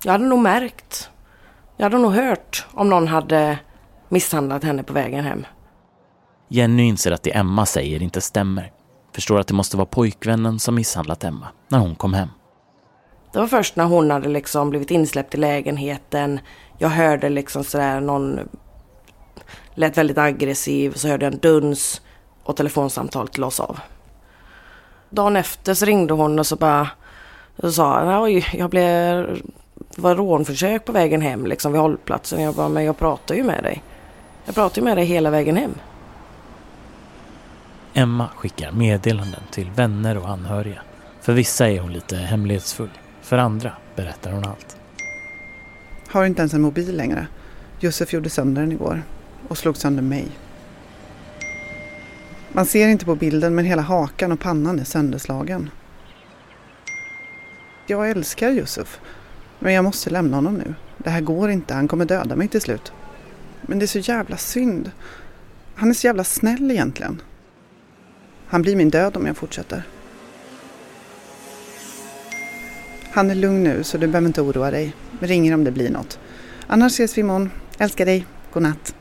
Jag hade nog märkt. Jag hade nog hört om någon hade misshandlat henne på vägen hem. Jenny inser att det Emma säger inte stämmer. Förstår att det måste vara pojkvännen som misshandlat Emma när hon kom hem. Det var först när hon hade liksom blivit insläppt i lägenheten. Jag hörde liksom sådär någon lät väldigt aggressiv. Så hörde jag en duns och telefonsamtalet lås av. Dagen efter så ringde hon och så bara så sa oj, jag blev det var rånförsök på vägen hem liksom vid hållplatsen. Jag bara, men jag pratar ju med dig. Jag pratar ju med dig hela vägen hem. Emma skickar meddelanden till vänner och anhöriga. För vissa är hon lite hemlighetsfull. För andra berättar hon allt. Har inte ens en mobil längre. Josef gjorde sönder den igår och slog sönder mig. Man ser inte på bilden men hela hakan och pannan är sönderslagen. Jag älskar Josef. Men jag måste lämna honom nu. Det här går inte, han kommer döda mig till slut. Men det är så jävla synd. Han är så jävla snäll egentligen. Han blir min död om jag fortsätter. Han är lugn nu så du behöver inte oroa dig. Ringer om det blir något. Annars ses vi imorgon. Älskar dig. Godnatt.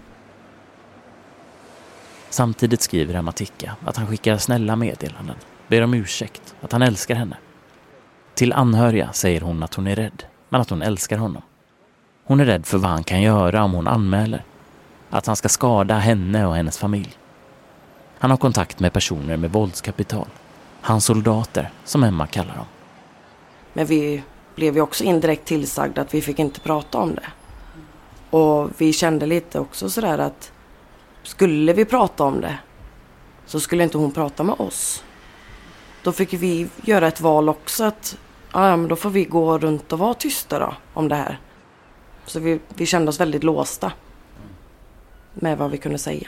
Samtidigt skriver Emma Ticka att han skickar snälla meddelanden. Ber om ursäkt, att han älskar henne. Till anhöriga säger hon att hon är rädd, men att hon älskar honom. Hon är rädd för vad han kan göra om hon anmäler. Att han ska skada henne och hennes familj. Han har kontakt med personer med våldskapital. Hans soldater, som Emma kallar dem. Men vi blev ju också indirekt tillsagda att vi fick inte prata om det. Och vi kände lite också sådär att skulle vi prata om det så skulle inte hon prata med oss. Då fick vi göra ett val också att ja, men då får vi gå runt och vara tysta då om det här. Så vi, vi kände oss väldigt låsta med vad vi kunde säga.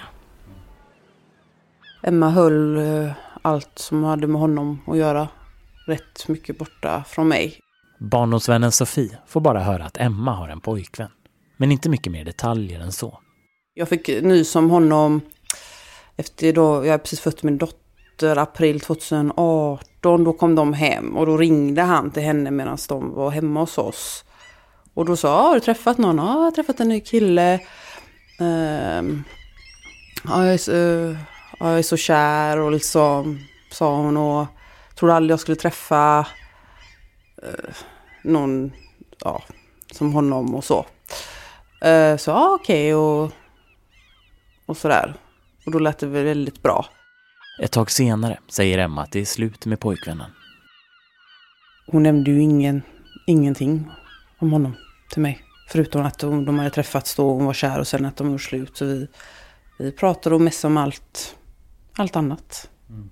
Emma höll uh, allt som hade med honom att göra rätt mycket borta från mig. Barndomsvännen Sofie får bara höra att Emma har en pojkvän. Men inte mycket mer detaljer än så. Jag fick nys om honom efter då, jag är precis fött min dotter, april tjugoarton. Då kom de hem och då ringde han till henne medan de var hemma hos oss. Och då sa, har du träffat någon? Ja, jag har träffat en ny kille. Um, ja, jag, är så, uh, jag är så kär och liksom, sa hon, och trodde aldrig jag skulle träffa uh, någon ja, som honom och så. Uh, så ja, okej okay, och, och sådär. Och då lät det väldigt bra. Ett tag senare säger Emma att det är slut med pojkvännen. Hon nämnde ju ingen, ingenting om honom till mig. Förutom att de, de hade träffats då, hon var kär och sen att de var slut. Så vi, vi pratade mest om allt, allt annat. Mm.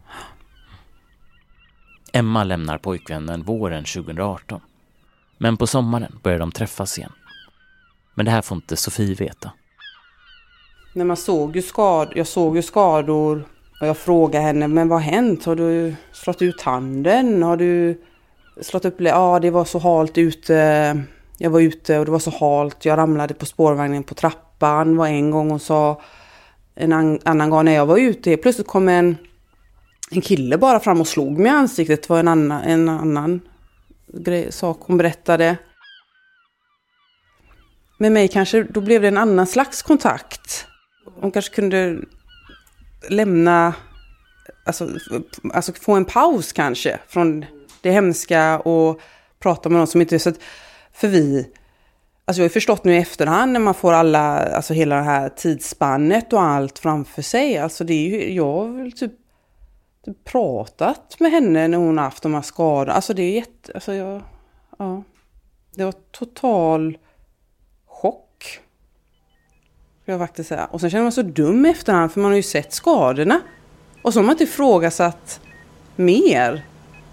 Emma lämnar pojkvännen våren tjugoarton. Men på sommaren börjar de träffas igen. Men det här får inte Sofie veta. När man såg ju skad, jag såg ju skador och jag frågade henne, men vad har hänt? Har du slått ut handen? Har du slått upp? Ja, det var så halt ute. Jag var ute och det var så halt. Jag ramlade på spårvagnen på trappan. Var en gång och sa en an- annan gång när jag var ute. Plötsligt kom en, en kille bara fram och slog mig i ansiktet. Det var en annan, en annan grej, sak hon berättade. Med mig kanske, då blev det en annan slags kontakt. Hon kanske kunde lämna, alltså, alltså få en paus kanske från det hemska och prata med någon som inte är så att, för vi, alltså jag har förstått nu i efterhand när man får alla, alltså hela det här tidsspannet och allt framför sig, alltså det är ju, jag har väl typ, typ pratat med henne när hon har haft de här skadorna, alltså det är jätte, alltså jag, ja, det var total chock. Jag faktiskt säga. Och sen känner man så dum efterhand för man har ju sett skadorna. Och så har man inte ifrågasatt mer.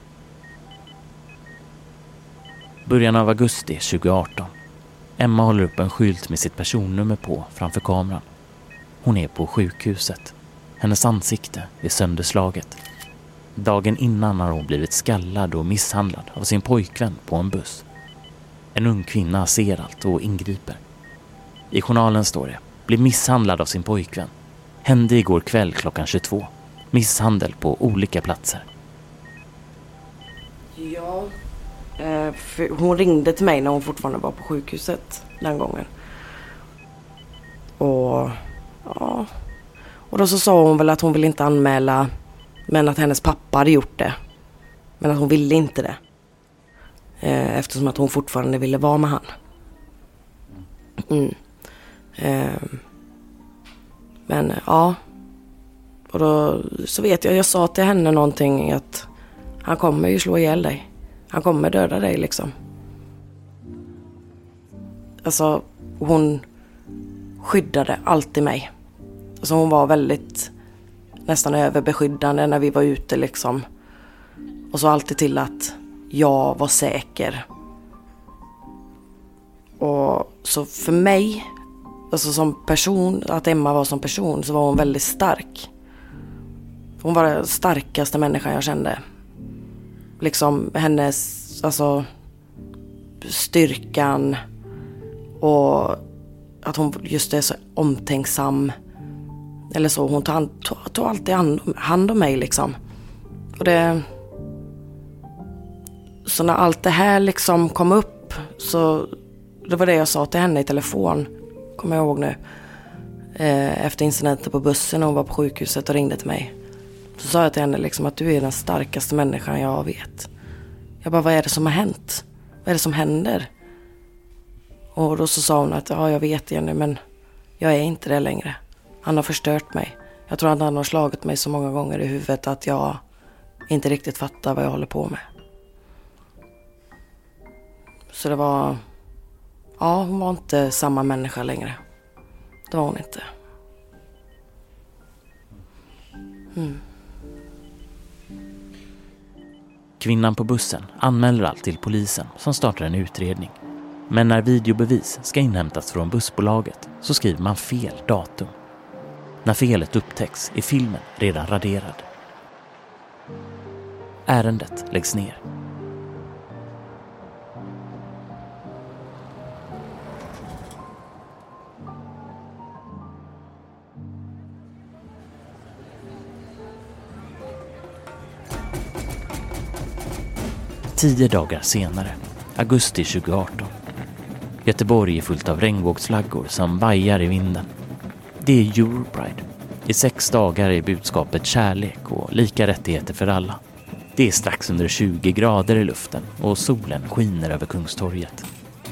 Början av augusti tjugoarton. Emma håller upp en skylt med sitt personnummer på framför kameran. Hon är på sjukhuset. Hennes ansikte är sönderslaget. Dagen innan har hon blivit skallad och misshandlad av sin pojkvän på en buss. En ung kvinna ser allt och ingriper. I journalen står det: blir misshandlad av sin pojkvän. Hände igår kväll klockan tjugotvå. Misshandel på olika platser. Ja, Eh, för hon ringde till mig när hon fortfarande var på sjukhuset den gången. Och ja, och då så sa hon väl att hon ville inte anmäla, men att hennes pappa hade gjort det. Men att hon ville inte det. Eh, eftersom att hon fortfarande ville vara med han. Mm. Eh, men ja. Och då så vet jag, jag sa till henne någonting att han kommer ju slå ihjäl dig. Han kommer döda dig liksom. Alltså hon skyddade alltid mig. Alltså hon var väldigt nästan överbeskyddande när vi var ute liksom. Och så alltid till att jag var säker. Och så för mig, alltså som person, att Emma var som person, så var hon väldigt stark. Hon var den starkaste människan jag kände. Liksom hennes, alltså styrkan och att hon just är så omtänksam. Eller så, hon tog, tog, tog alltid hand, hand om mig liksom. Och det... Så när allt det här liksom kom upp, så det var det jag sa till henne i telefon, kommer jag ihåg nu. Eh, efter incidenten på bussen när hon var på sjukhuset och ringde till mig. Så sa jag till henne liksom att du är den starkaste människan jag vet. Jag bara, vad är det som har hänt? Vad är det som händer? Och då så sa hon att ja, jag vet Jenny, men jag är inte det längre. Han har förstört mig. Jag tror att han har slagit mig så många gånger i huvudet att jag inte riktigt fattar vad jag håller på med. Så det var... Ja, hon var inte samma människa längre. Det var hon inte. Mm. Kvinnan på bussen anmäler allt till polisen som startar en utredning. Men när videobevis ska inhämtas från bussbolaget så skriver man fel datum. När felet upptäcks är filmen redan raderad. Ärendet läggs ner. Tio dagar senare, augusti tjugoarton. Göteborg är fullt av regnbågsflaggor som vajar i vinden. Det är Europride. I sex dagar är budskapet kärlek och lika rättigheter för alla. Det är strax under tjugo grader i luften och solen skiner över Kungstorget.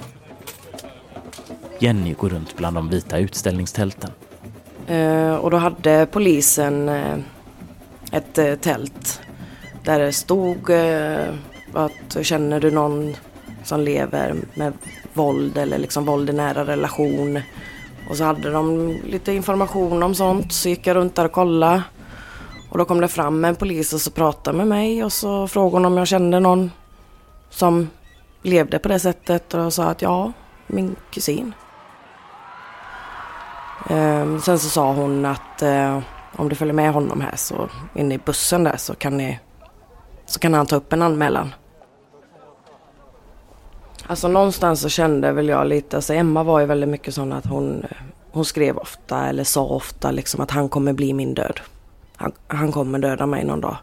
Jenny går runt bland de vita utställningstälten. Uh, och då hade polisen uh, ett uh, tält där det stod uh, att känner du någon som lever med våld eller liksom våld i nära relation. Och så hade de lite information om sånt, så gick jag runt där och kollade. Och då kom det fram en polis och så pratade med mig och så frågade om jag kände någon som levde på det sättet. Och jag sa att ja, min kusin. Ehm, sen så sa hon att eh, om du följer med honom här så inne i bussen där så kan ni, så kan han ta upp en anmälan. Alltså någonstans så kände väl jag lite, alltså Emma var ju väldigt mycket sån att hon, hon skrev ofta eller sa ofta liksom att han kommer bli min död. Han, han kommer döda mig någon dag.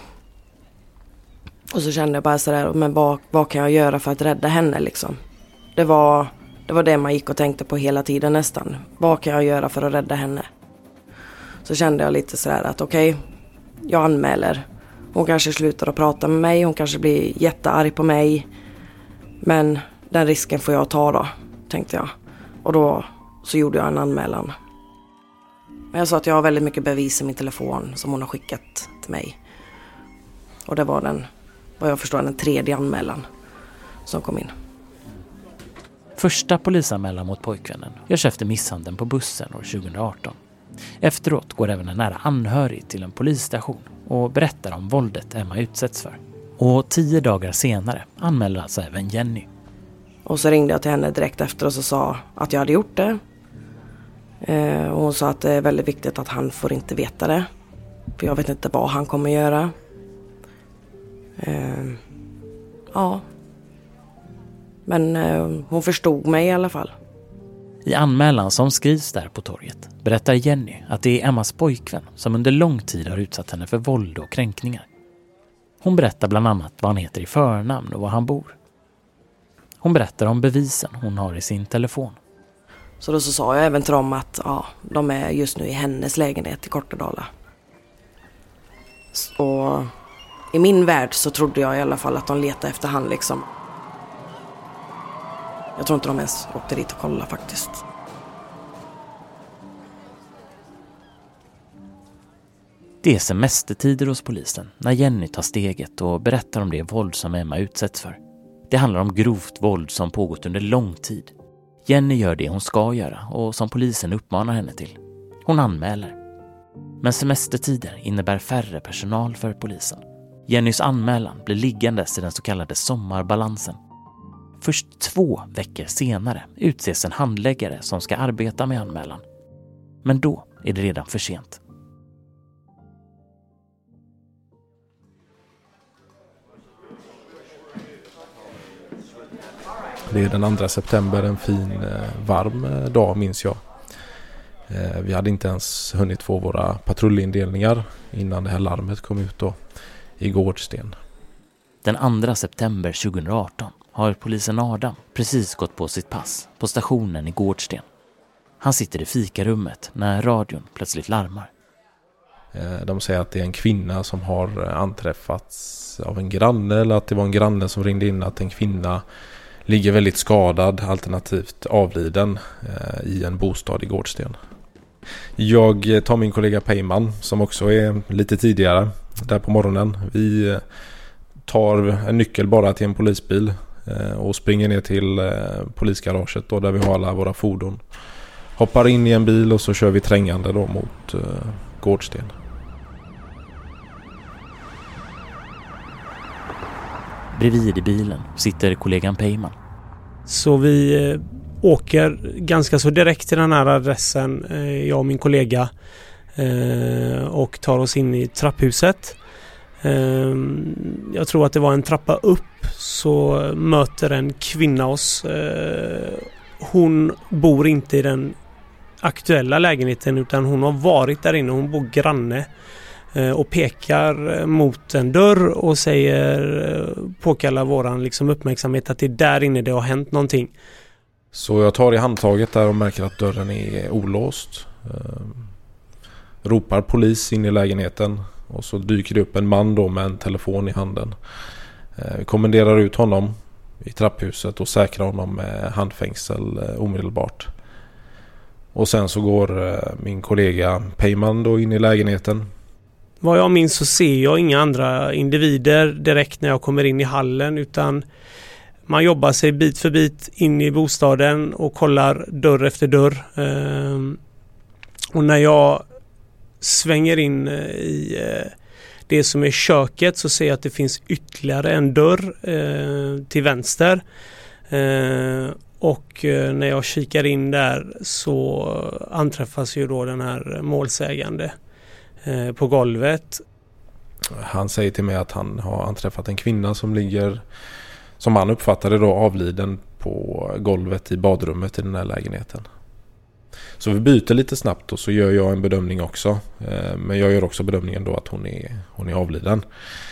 Och så kände jag bara sådär, men vad, vad kan jag göra för att rädda henne liksom? Det var, det var det man gick och tänkte på hela tiden nästan. Vad kan jag göra för att rädda henne? Så kände jag lite sådär att okej, okay, jag anmäler. Hon kanske slutar att prata med mig, hon kanske blir jättearg på mig. Men den risken får jag ta då, tänkte jag. Och då så gjorde jag en anmälan. Men jag sa att jag har väldigt mycket bevis i min telefon som hon har skickat till mig. Och det var den, vad jag förstår, den tredje anmälan som kom in. Första polisanmälan mot pojkvännen görs efter misshandeln på bussen år tjugoarton. Efteråt går även en nära anhörig till en polisstation och berättar om våldet Emma utsätts för. Och tio dagar senare anmäler alltså även Jenny. Och så ringde jag till henne direkt efter och så sa att jag hade gjort det. Eh, och hon sa att det är väldigt viktigt att han får inte veta det. För jag vet inte vad han kommer göra. Eh, ja. Men eh, hon förstod mig i alla fall. I anmälan som skrivs där på torget berättar Jenny att det är Emmas pojkvän som under lång tid har utsatt henne för våld och kränkningar. Hon berättar bland annat vad han heter i förnamn och var han bor. Hon berättar om bevisen hon har i sin telefon. Så då så sa jag även till dem att ja, de är just nu i hennes lägenhet i Kortedala. Och i min värld så trodde jag i alla fall att de letade efter han liksom. Jag tror inte de ens åkte dit och kollade faktiskt. Det är semestertider hos polisen när Jenny tar steget och berättar om det våld som Emma utsätts för. Det handlar om grovt våld som pågått under lång tid. Jenny gör det hon ska göra och som polisen uppmanar henne till. Hon anmäler. Men semestertider innebär färre personal för polisen. Jennys anmälan blir liggandes i den så kallade sommarbalansen. Först två veckor senare utses en handläggare som ska arbeta med anmälan. Men då är det redan för sent. Det är den andra september, en fin varm dag minns jag. Vi hade inte ens hunnit få våra patrullindelningar innan det här larmet kom ut då i Gårdsten. Den andra september tjugohundraarton har polisen Adam precis gått på sitt pass på stationen i Gårdsten. Han sitter i fikarummet när radion plötsligt larmar. De säger att det är en kvinna som har anträffats av en granne, eller att det var en granne som ringde in att en kvinna ligger väldigt skadad, alternativt avliden eh, i en bostad i Gårdsten. Jag tar min kollega Peyman som också är lite tidigare där på morgonen. Vi tar en nyckel bara till en polisbil eh, och springer ner till eh, polisgaraget då, där vi har alla våra fordon. Hoppar in i en bil och så kör vi trängande då mot eh, Gårdsten. Bredvid i bilen sitter kollegan Peyman. Så vi eh, åker ganska så direkt till den här adressen, eh, jag och min kollega, eh, och tar oss in i trapphuset. Eh, jag tror att det var en trappa upp, så möter en kvinna oss. Eh, hon bor inte i den aktuella lägenheten utan hon har varit där inne, hon bor granne. Och pekar mot en dörr och säger, påkallar våran liksom uppmärksamhet att det är där inne det har hänt någonting. Så jag tar i handtaget där och märker att dörren är olåst. Ropar polis in i lägenheten och så dyker det upp en man då med en telefon i handen. Vi kommenderar ut honom i trapphuset och säkrar honom med handfängsel omedelbart. Och sen så går min kollega Peyman då in i lägenheten. Vad jag minns så ser jag inga andra individer direkt när jag kommer in i hallen, utan man jobbar sig bit för bit in i bostaden och kollar dörr efter dörr. Och när jag svänger in i det som är köket så ser jag att det finns ytterligare en dörr till vänster. Och när jag kikar in där så anträffas ju då den här målsägande på golvet. Han säger till mig att han har anträffat en kvinna som ligger, som han uppfattade då, avliden på golvet i badrummet i den här lägenheten. Så vi byter lite snabbt och så gör jag en bedömning också. Men jag gör också bedömningen då att hon är, hon är avliden.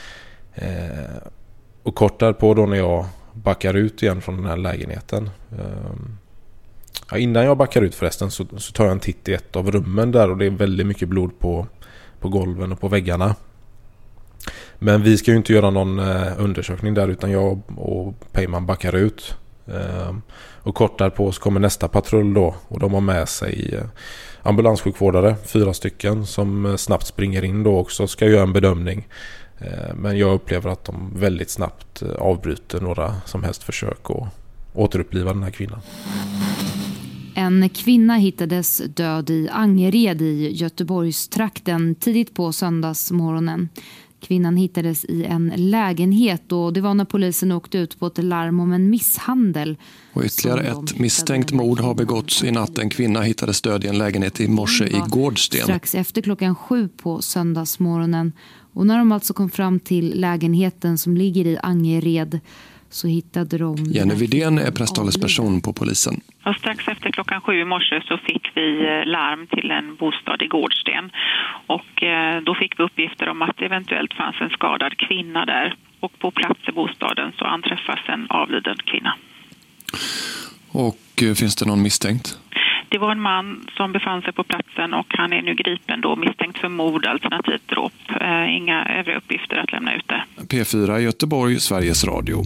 Och kort därpå då när jag backar ut igen från den här lägenheten. Ja, innan jag backar ut förresten så, så tar jag en titt i ett av rummen där och det är väldigt mycket blod på på golven och på väggarna. Men vi ska ju inte göra någon eh, undersökning där utan jag och Peyman backar ut. Eh, och kort därpå så kommer nästa patrull då och de har med sig eh, ambulanssjukvårdare, fyra stycken som eh, snabbt springer in då också, ska göra en bedömning. Eh, men jag upplever att de väldigt snabbt eh, avbryter några som helst försök att återuppliva den här kvinnan. En kvinna hittades död i Angered i Göteborgstrakten tidigt på söndagsmorgonen. Kvinnan hittades i en lägenhet och det var när polisen åkte ut på ett larm om en misshandel. Och ytterligare ett misstänkt mord har begåtts i natt. En kvinna hittades död i en lägenhet i morse i Gårdsten. Strax efter klockan sju på söndagsmorgonen. Och när de alltså kom fram till lägenheten som ligger i Angered så hittade de... Jenny Widén är presstalesperson på polisen. Och strax efter klockan sju i morse så fick vi larm till en bostad i Gårdsten. Och då fick vi uppgifter om att det eventuellt fanns en skadad kvinna där. Och på plats i bostaden så anträffas en avliden kvinna. Och eh, finns det någon misstänkt? Det var en man som befann sig på platsen och han är nu gripen då misstänkt för mord alternativt dråp. Eh, inga övriga uppgifter att lämna ut där. P fyra Göteborg, Sveriges Radio.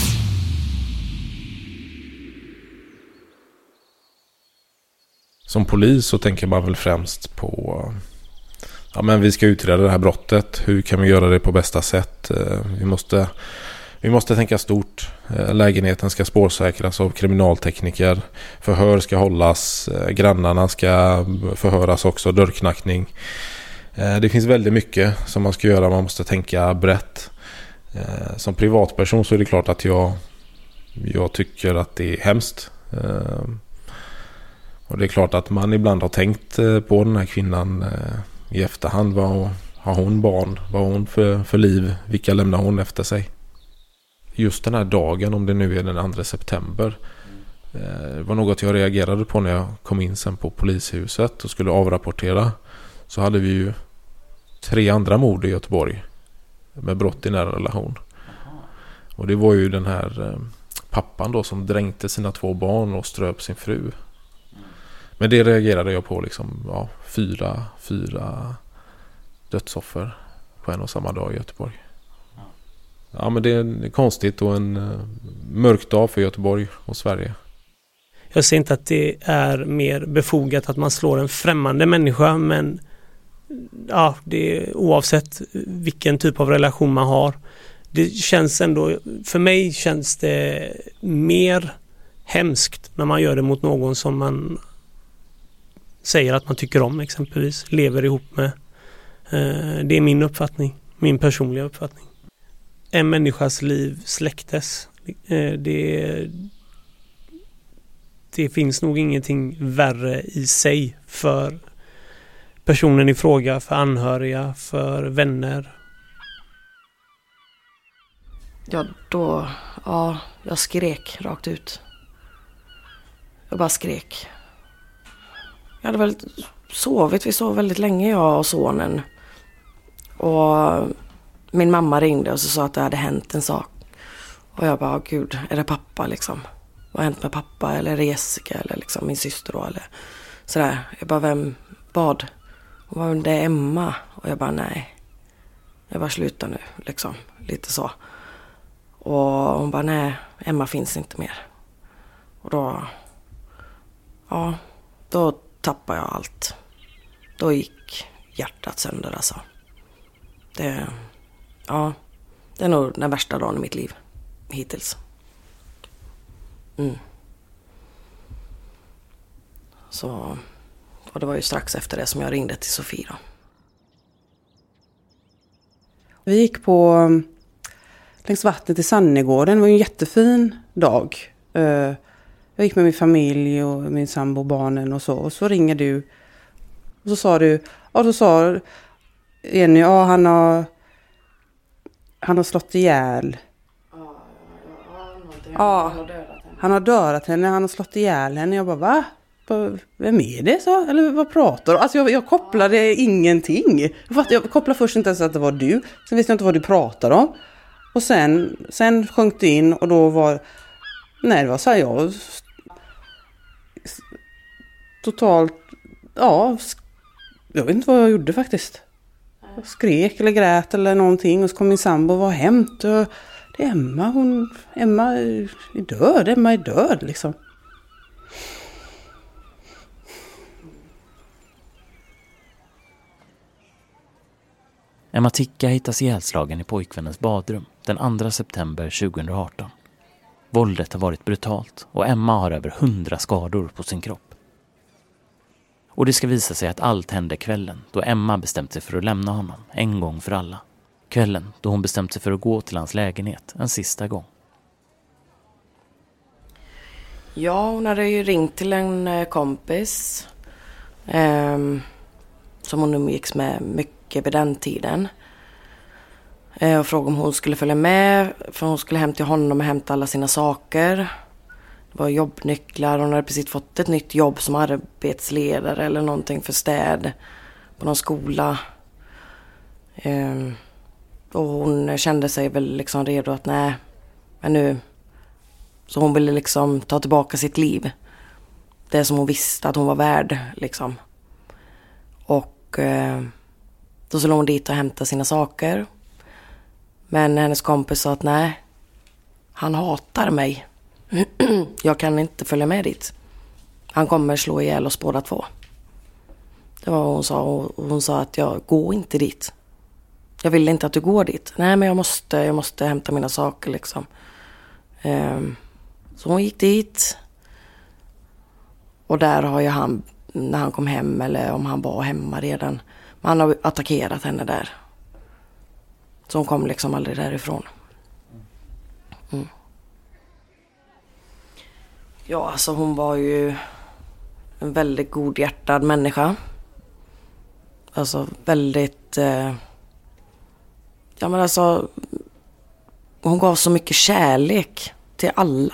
Som polis så tänker man väl främst på ja, men vi ska utreda det här brottet. Hur kan vi göra det på bästa sätt? Vi måste, vi måste tänka stort. Lägenheten ska spårsäkras av kriminaltekniker. Förhör ska hållas. Grannarna ska förhöras också. Dörrknackning. Det finns väldigt mycket som man ska göra. Man måste tänka brett. Som privatperson så är det klart att jag, jag tycker att det är hemskt. Och det är klart att man ibland har tänkt på den här kvinnan i efterhand. Vad har hon barn? Vad har hon för, för liv? Vilka lämnar hon efter sig? Just den här dagen, om det nu är den andra september, det var något jag reagerade på när jag kom in sen på polishuset och skulle avrapportera. Så hade vi ju tre andra mord i Göteborg med brott i nära relation. Och det var ju den här pappan då som dränkte sina två barn och ströp sin fru. Men det reagerade jag på liksom, ja, fyra, fyra dödsoffer på en och samma dag i Göteborg. Ja, men det är konstigt och en uh, mörk dag för Göteborg och Sverige. Jag ser inte att det är mer befogat att man slår en främmande människa, men ja, det är oavsett vilken typ av relation man har. Det känns ändå, för mig känns det mer hemskt när man gör det mot någon som man säger att man tycker om, exempelvis lever ihop med. Det är min uppfattning, min personliga uppfattning. En människas liv släcktes. Det, det finns nog ingenting värre i sig för personen i fråga, för anhöriga, för vänner. Ja, då, ja, jag skrek rakt ut. Jag bara skrek. Jag hade väl sovit, vi sov väldigt länge jag och sonen. Och min mamma ringde och så sa att det hade hänt en sak. Och jag bara, gud, är det pappa liksom? Vad har hänt med pappa? Eller är det Jessica? Eller liksom min syster då? Eller sådär. Jag bara, vem bad? Och bara, det är Emma. Och jag bara, nej. Jag bara, sluta nu, liksom. Lite så. Och hon bara, nej, Emma finns inte mer. Och då, ja, då tappade jag allt. Då gick hjärtat sönder alltså. Det, ja, det är nog den värsta dagen i mitt liv hittills. Mm. Så, och det var ju strax efter det som jag ringde till Sofie då. Vi gick på längs vattnet i Sannegården. Det var ju en jättefin dag. Jag gick med min familj och min sambo och barnen och så. Och så ringer du. Och så sa du, ja då sa Jenny, ja han har han har slått ihjäl. Ja, han har dödat henne, han har slått ihjäl henne. Jag bara, va? Vem är det så? Eller vad pratar du? Alltså jag, jag kopplade ingenting. Jag kopplade först inte ens att det var du. Sen visste jag inte vad du pratade om. Och sen, sen sjönk det in och då var, nej det var så här jag totalt, ja, jag vet inte vad jag gjorde faktiskt. Jag skrek eller grät eller någonting och så kom min sambo och var hämt. Och det är Emma, hon, Emma är död, Emma är död liksom. Emma Ticka hittas ihjälslagen i pojkvännens badrum den andra september tjugohundraarton. Våldet har varit brutalt och Emma har över hundra skador på sin kropp. Och det ska visa sig att allt hände kvällen då Emma bestämt sig för att lämna honom en gång för alla. Kvällen då hon bestämt sig för att gå till hans lägenhet en sista gång. Ja, hon hade ju ringt till en kompis eh, som hon umgicks med mycket vid den tiden. Eh, och frågade om hon skulle följa med, för hon skulle hem till honom och hämta alla sina saker. Det var jobbnycklar, hon hade precis fått ett nytt jobb som arbetsledare eller någonting för städ på någon skola. Eh, och hon kände sig väl liksom redo att nej, men nu, Så hon ville liksom ta tillbaka sitt liv. Det som hon visste att hon var värd liksom. Och eh, då skulle hon dit och hämta sina saker. Men hennes kompis sa att nej, han hatar mig. Jag kan inte följa med dit. Han kommer slå ihjäl oss båda två. Det var vad hon sa. Och hon sa att jag går inte dit. Jag vill inte att du går dit. Nej, men jag måste, jag måste hämta mina saker liksom. Um, så hon gick dit. Och där har ju han, när han kom hem, eller om han var hemma redan, han har attackerat henne där. Så hon kom liksom aldrig därifrån. Mm. Ja, alltså hon var ju en väldigt godhjärtad människa. Alltså väldigt... Eh, ja men alltså... Hon gav så mycket kärlek till alla.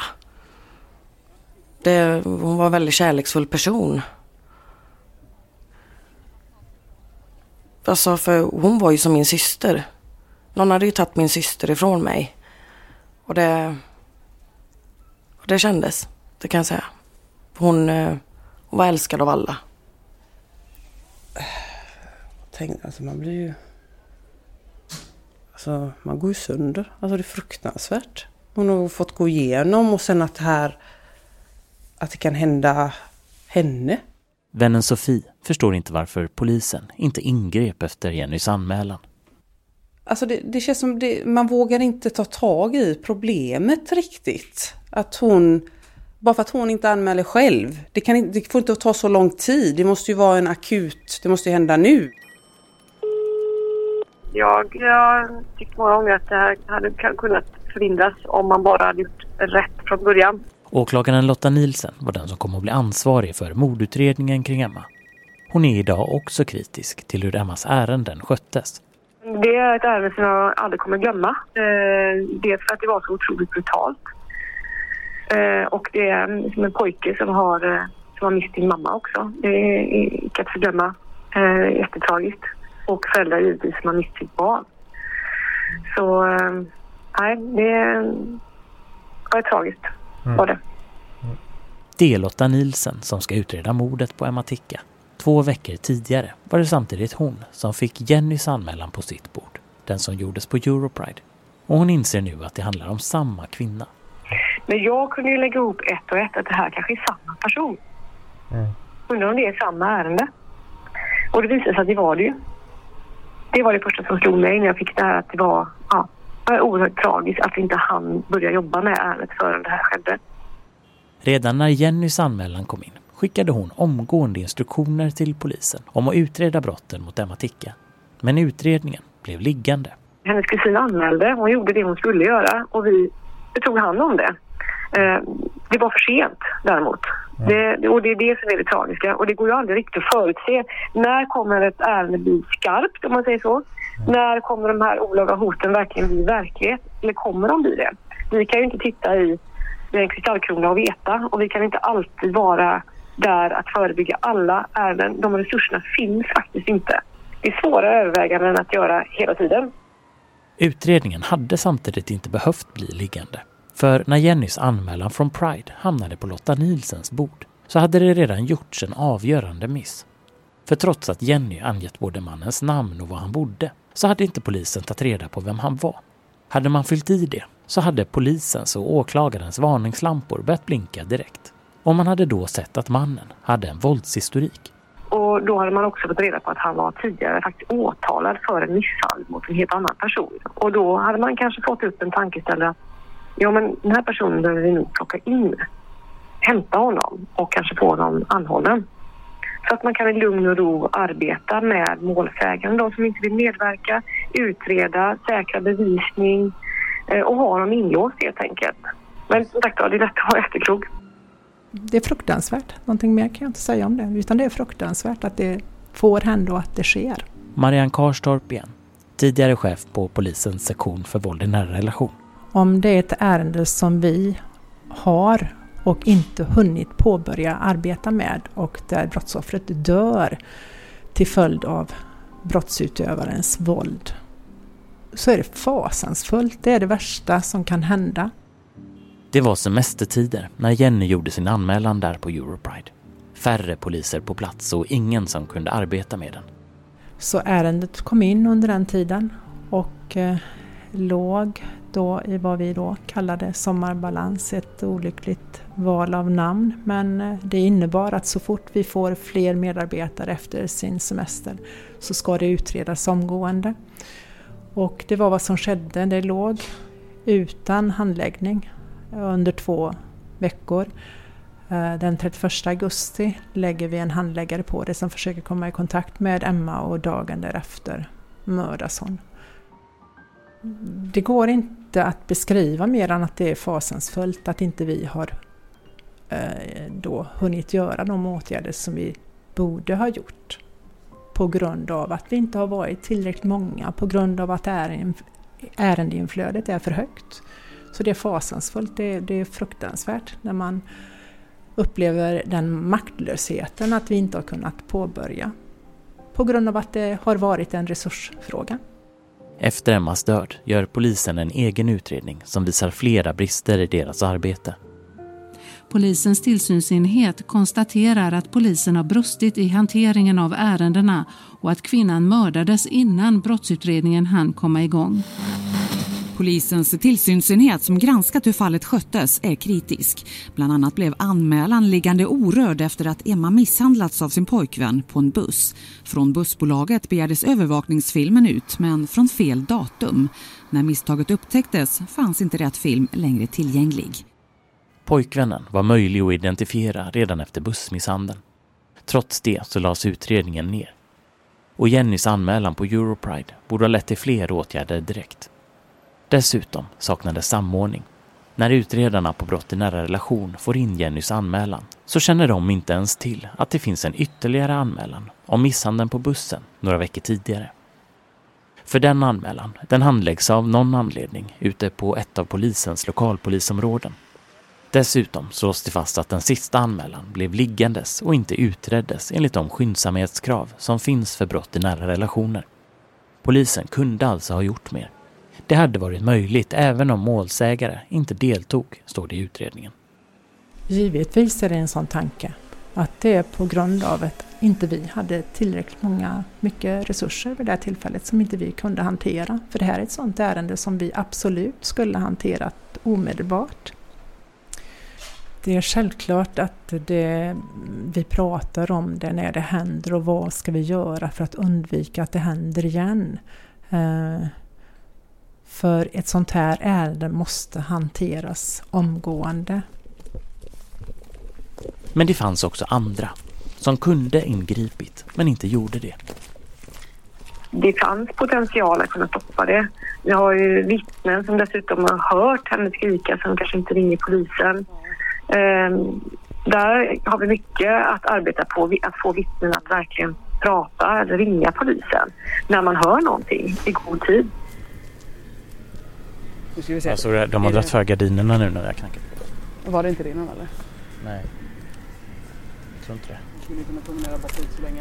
Det, hon var en väldigt kärleksfull person. Alltså för hon var ju som min syster. Någon hade ju tagit min syster ifrån mig. Och det... Och det kändes, det kan jag säga. Hon, hon var älskad av alla. Tänk, alltså man blir ju... Alltså man går ju sönder. Alltså det är fruktansvärt. Hon har fått gå igenom och sen att det här... Att det kan hända henne. Vännen Sofie förstår inte varför polisen inte ingrep efter Jennys anmälan. Alltså det, det känns som det, man vågar inte ta tag i problemet riktigt. Att hon, bara för att hon inte anmäler själv. Det, kan, det får inte ta så lång tid. Det måste ju vara en akut, det måste ju hända nu. Jag, jag tycker många gånger att det här hade kunnat förhindras om man bara hade gjort rätt från början. Åklagaren Lotta Nielsen var den som kom att bli ansvarig för mordutredningen kring Emma. Hon är idag också kritisk till hur Emmas ärenden sköttes. Det är ett ärende som jag aldrig kommer glömma. Dels för att det var så otroligt brutalt. Och det är som en pojke som har, som har mist sin mamma också. Det är inte att förglömma. Jättetragiskt. Och föräldrar givetvis som har mist sitt barn. Så nej, det var tragiskt. Mm. Var det. Det är Lotta Nielsen som ska utreda mordet på Emma Ticka. Två veckor tidigare var det samtidigt hon som fick Jennys anmälan på sitt bord. Den som gjordes på Europride. Och hon inser nu att det handlar om samma kvinna. Men jag kunde ju lägga ihop ett och ett att det här kanske är samma person. Mm. Undrar om det är samma ärende. Och det visade sig att det var det ju. Det var det första som slog mig när jag fick det här att det var, ja, det var oerhört tragiskt att inte han började jobba med ärendet förrän det här skedde. Redan när Jennys anmälan kom in skickade hon omgående instruktioner till polisen om att utreda brotten mot Emma Ticka. Men utredningen blev liggande. Hennes kusin anmälde, hon gjorde det hon skulle göra och vi tog hand om det. Eh, det var för sent däremot. Mm. Det, och det är det som är det tragiska. Och det går ju aldrig riktigt att förutse. När kommer ett ärende bli skarpt, om man säger så? Mm. När kommer de här olaga hoten verkligen bli verklighet? Eller kommer de bli det? Vi kan ju inte titta i en kristallkrona och veta. Och vi kan inte alltid vara där att förebygga alla ärenden. De resurserna finns faktiskt inte. Det är svåra överväganden att göra hela tiden. Utredningen hade samtidigt inte behövt bli liggande. För när Jennys anmälan från Pride hamnade på Lotta Nielsens bord så hade det redan gjorts en avgörande miss. För trots att Jenny angett både mannens namn och var han bodde så hade inte polisen tagit reda på vem han var. Hade man fyllt i det så hade polisens och åklagarens varningslampor börjat blinka direkt. Och man hade då sett att mannen hade en våldshistorik. Och då hade man också fått reda på att han var tidigare faktiskt åtalad för en misshandel mot en helt annan person. Och då hade man kanske fått upp en tankeställare att ja, men den här personen behöver vi nog plocka in, hämta honom och kanske få honom anhållen. Så att man kan i lugn och ro arbeta med målsägaren, de som inte vill medverka, utreda, säkra bevisning eh, och ha dem inlåst helt enkelt. Men som sagt, det är lätt att vara efterklok. Det är fruktansvärt. Någonting mer kan jag inte säga om det. Utan det är fruktansvärt att det får hända och att det sker. Marianne Karstorp igen. Tidigare chef på polisens sektion för våld i nära relation. Om det är ett ärende som vi har och inte hunnit påbörja arbeta med och där brottsoffret dör till följd av brottsutövarens våld, så är det fasansfullt. Det är det värsta som kan hända. Det var semestertider när Jenny gjorde sin anmälan där på Europride. Färre poliser på plats och ingen som kunde arbeta med den. Så ärendet kom in under den tiden och eh, låg då i vad vi då kallade sommarbalans, ett olyckligt val av namn. Men eh, det innebar att så fort vi får fler medarbetare efter sin semester så ska det utredas omgående. Och det var vad som skedde. Det låg utan handläggning under två veckor. Den trettioförsta augusti lägger vi en handläggare på det som försöker komma i kontakt med Emma, och dagen därefter mördas hon. Det går inte att beskriva mer än att det är fasansfullt att inte vi har eh, då hunnit göra de åtgärder som vi borde ha gjort. På grund av att vi inte har varit tillräckligt många, på grund av att ärendeinflödet är för högt. Så det är fasansfullt, det är, det är fruktansvärt när man upplever den maktlösheten att vi inte har kunnat påbörja. På grund av att det har varit en resursfråga. Efter Emmas död gör polisen en egen utredning som visar flera brister i deras arbete. Polisens tillsynsenhet konstaterar att polisen har brustit i hanteringen av ärendena och att kvinnan mördades innan brottsutredningen hann komma igång. Polisens tillsynsenhet som granskat hur fallet sköttes är kritisk. Bland annat blev anmälan liggande orörd efter att Emma misshandlats av sin pojkvän på en buss. Från bussbolaget begärdes övervakningsfilmen ut, men från fel datum. När misstaget upptäcktes fanns inte rätt film längre tillgänglig. Pojkvännen var möjlig att identifiera redan efter bussmisshandeln. Trots det så lades utredningen ner. Och Jennys anmälan på Europride borde ha lett till fler åtgärder direkt. Dessutom saknades samordning. När utredarna på brott i nära relation får in Jennys anmälan så känner de inte ens till att det finns en ytterligare anmälan om misshandeln på bussen några veckor tidigare. För den anmälan, den handläggs av någon anledning ute på ett av polisens lokalpolisområden. Dessutom slås det fast att den sista anmälan blev liggandes och inte utreddes enligt de skyndsamhetskrav som finns för brott i nära relationer. Polisen kunde alltså ha gjort mer. Det hade varit möjligt även om målsägare inte deltog, står det i utredningen. Givetvis är det en sån tanke att det är på grund av att inte vi hade tillräckligt många, mycket resurser vid det här tillfället som inte vi kunde hantera. För det här är ett sånt ärende som vi absolut skulle hanterat omedelbart. Det är självklart att det, vi pratar om det när det händer och vad ska vi göra för att undvika att det händer igen. Eh, för ett sånt här ärende måste hanteras omgående. Men det fanns också andra som kunde ingripit men inte gjorde det. Det fanns potential att kunna stoppa det. Vi har ju vittnen som dessutom har hört henne skrika som kanske inte ringer polisen. Um, där har vi mycket att arbeta på, att få vittnen att verkligen prata eller ringa polisen när man hör någonting i god tid. Nu ska vi se. Alltså, de har dragit för gardinerna nu när jag knackar. Var det inte det någon eller? Nej, jag tror inte det. Jag skulle kunna promenera bort ut så länge.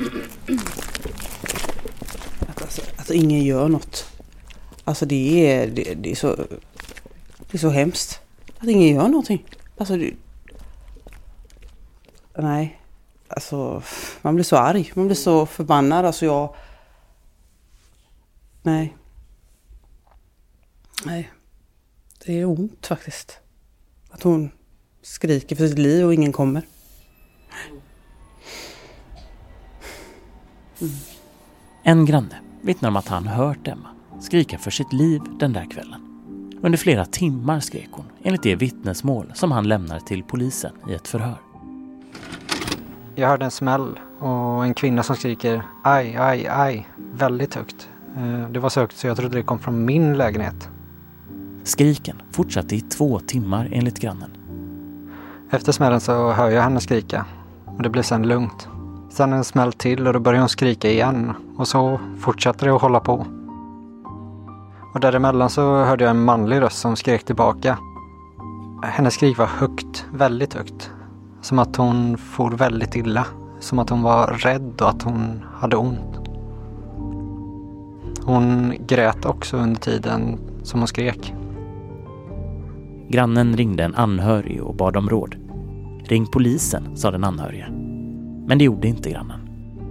Att alltså, alltså ingen gör något. Alltså det är, det, det är så det är så hemskt att ingen gör någonting. Alltså det, nej, alltså man blir så arg, man blir så förbannad. Alltså jag, nej, nej, det är ont faktiskt. Att hon skriker för sitt liv och ingen kommer. Mm. En granne vittnar om att han hört Emma skrika för sitt liv den där kvällen. Under flera timmar skrek hon, enligt det vittnesmål som han lämnar till polisen i ett förhör. Jag hörde en smäll och en kvinna som skriker aj, aj, aj, väldigt högt. Det var så högt så jag trodde det kom från min lägenhet. Skriken fortsatte i två timmar enligt grannen. Efter smällen så hör jag henne skrika och det blev sen lugnt. Sen en smäll till och då började hon skrika igen och så fortsatte det att hålla på. Och däremellan så hörde jag en manlig röst som skrek tillbaka. Hennes skrik var högt, väldigt högt. Som att hon for väldigt illa. Som att hon var rädd och att hon hade ont. Hon grät också under tiden som hon skrek. Grannen ringde en anhörig och bad om råd. Ring polisen, sa den anhöriga. Men det gjorde inte grannen.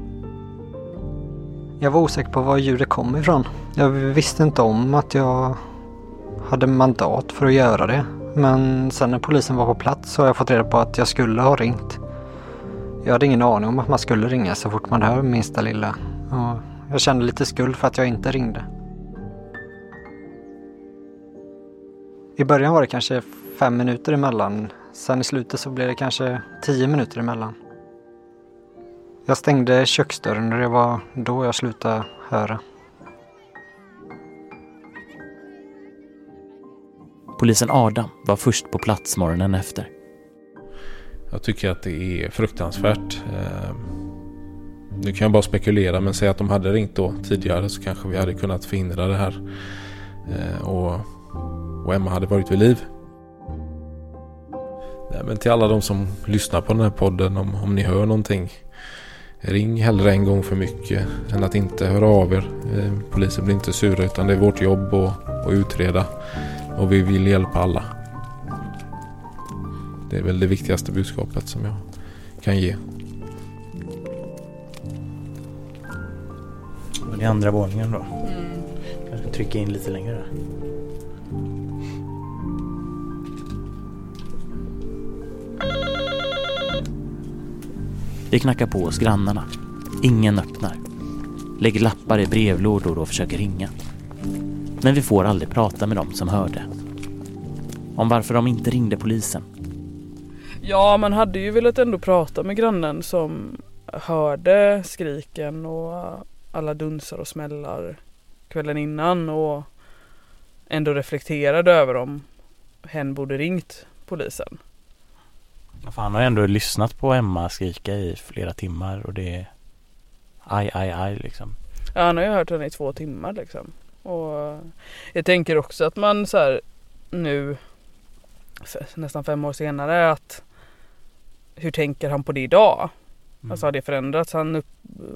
Jag var osäker på var ljudet kom ifrån. Jag visste inte om att jag hade mandat för att göra det. Men sen när polisen var på plats så har jag fått reda på att jag skulle ha ringt. Jag hade ingen aning om att man skulle ringa så fort man hör minsta lilla. Och jag kände lite skuld för att jag inte ringde. I början var det kanske fem minuter emellan. Sen i slutet så blev det kanske tio minuter emellan. Jag stängde köksdörren och det var då jag slutade höra. Polisen Adam var först på plats morgonen efter. Jag tycker att det är fruktansvärt. Nu kan jag bara spekulera, men säg att de hade ringt då tidigare så kanske vi hade kunnat förhindra det här. Och, och Emma hade varit vid liv. Nej, men till alla de som lyssnar på den här podden, om, om ni hör någonting, ring hellre en gång för mycket än att inte höra av er. Polisen blir inte sura, utan det är vårt jobb att, att utreda. Och vi vill hjälpa alla. Det är väl det viktigaste budskapet som jag kan ge. Och det är andra våningen då. Mm. Kanske trycka in lite längre där. Vi knackar på hos grannarna. Ingen öppnar. Lägger lappar i brevlådor och försöker ringa. Men vi får aldrig prata med dem som hörde. Om varför de inte ringde polisen. Ja, man hade ju velat ändå prata med grannen som hörde skriken och alla dunsar och smällar kvällen innan och ändå reflekterade över om hen borde ringt polisen. För han har ändå lyssnat på Emma skrika i flera timmar och det är aj, aj, aj liksom. Ja, han har ju hört henne i två timmar liksom. Och jag tänker också att man så här nu nästan fem år senare, att hur tänker han på det idag? Mm. Alltså har det förändrats? Han upp,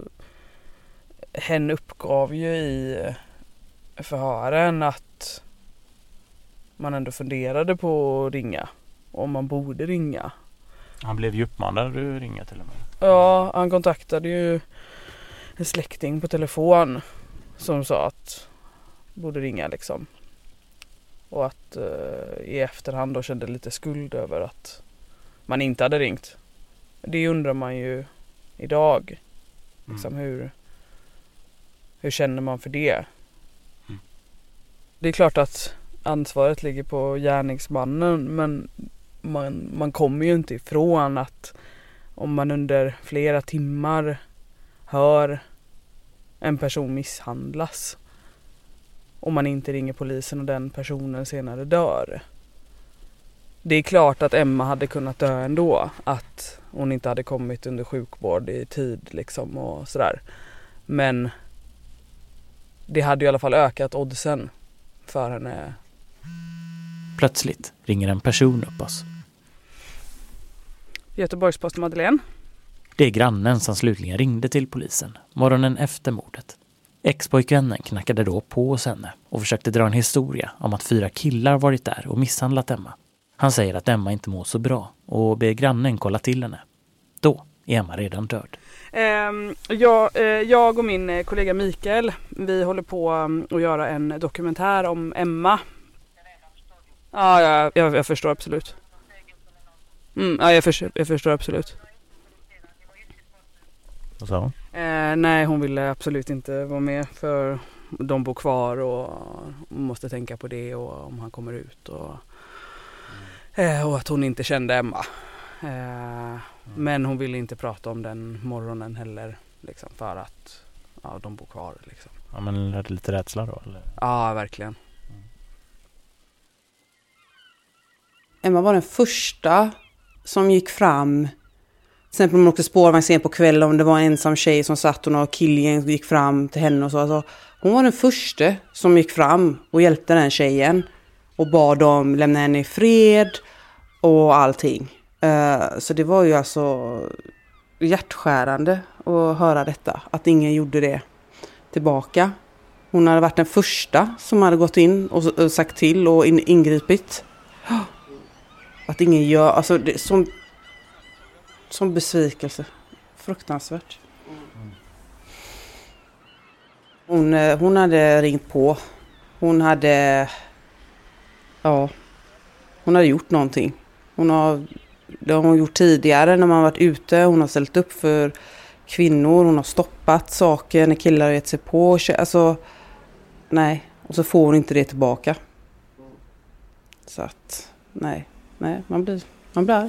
hen uppgav ju i förhören att man ändå funderade på att ringa. Om man borde ringa. Han blev ju uppmanad att ringa till och med. Ja, han kontaktade ju en släkting på telefon som sa att borde ringa liksom. Och att eh, i efterhand då kände lite skuld över att man inte hade ringt. Det undrar man ju idag. Liksom mm. hur, hur känner man för det? Mm. Det är klart att ansvaret ligger på gärningsmannen, men man, man kommer ju inte ifrån att om man under flera timmar hör en person misshandlas och man inte ringer polisen och den personen senare dör. Det är klart att Emma hade kunnat dö ändå, att hon inte hade kommit under sjukvård i tid liksom och sådär. Men det hade i alla fall ökat oddsen för henne. Plötsligt ringer en person upp oss. Göteborgsposten Madeleine. Det är grannen som slutligen ringde till polisen morgonen efter mordet. Ex-pojkvännen knackade då på hos henne och försökte dra en historia om att fyra killar varit där och misshandlat Emma. Han säger att Emma inte mår så bra och ber grannen kolla till henne. Då är Emma redan död. Um, jag, uh, jag och min kollega Mikael, vi håller på um, att göra en dokumentär om Emma. Ja, ja jag, jag förstår absolut. Mm, ja, jag, för, jag förstår absolut. Vad sa hon? Eh, nej, hon ville absolut inte vara med, för de bor kvar och måste tänka på det och om han kommer ut och, eh, och att hon inte kände Emma. Eh, mm. Men hon ville inte prata om den morgonen heller liksom, för att ja, de bor kvar liksom. Ja, men hade lite rädsla då? Eller? Ja, verkligen. Mm. Emma var den första som gick fram. Till exempel om man åkte spårvagn sen på kvällen, om det var en ensam tjej som satt och några killen gick fram till henne och så. Alltså, hon var den första som gick fram och hjälpte den tjejen och bad dem lämna henne i fred och allting. Uh, så det var ju alltså hjärtskärande att höra detta, att ingen gjorde det tillbaka. Hon hade varit den första som hade gått in och, och sagt till och in, ingripit. Att ingen gör, alltså det, som, som besvikelse. Fruktansvärt. Hon, hon hade ringt på. Hon hade, ja, hon hade gjort någonting. Hon har, det har hon gjort tidigare när man varit ute. Hon har ställt upp för kvinnor. Hon har stoppat saker när killar har gett sig på. Alltså, nej. Och så får hon inte det tillbaka. Så att, nej. Nej, man blir, man blir arg.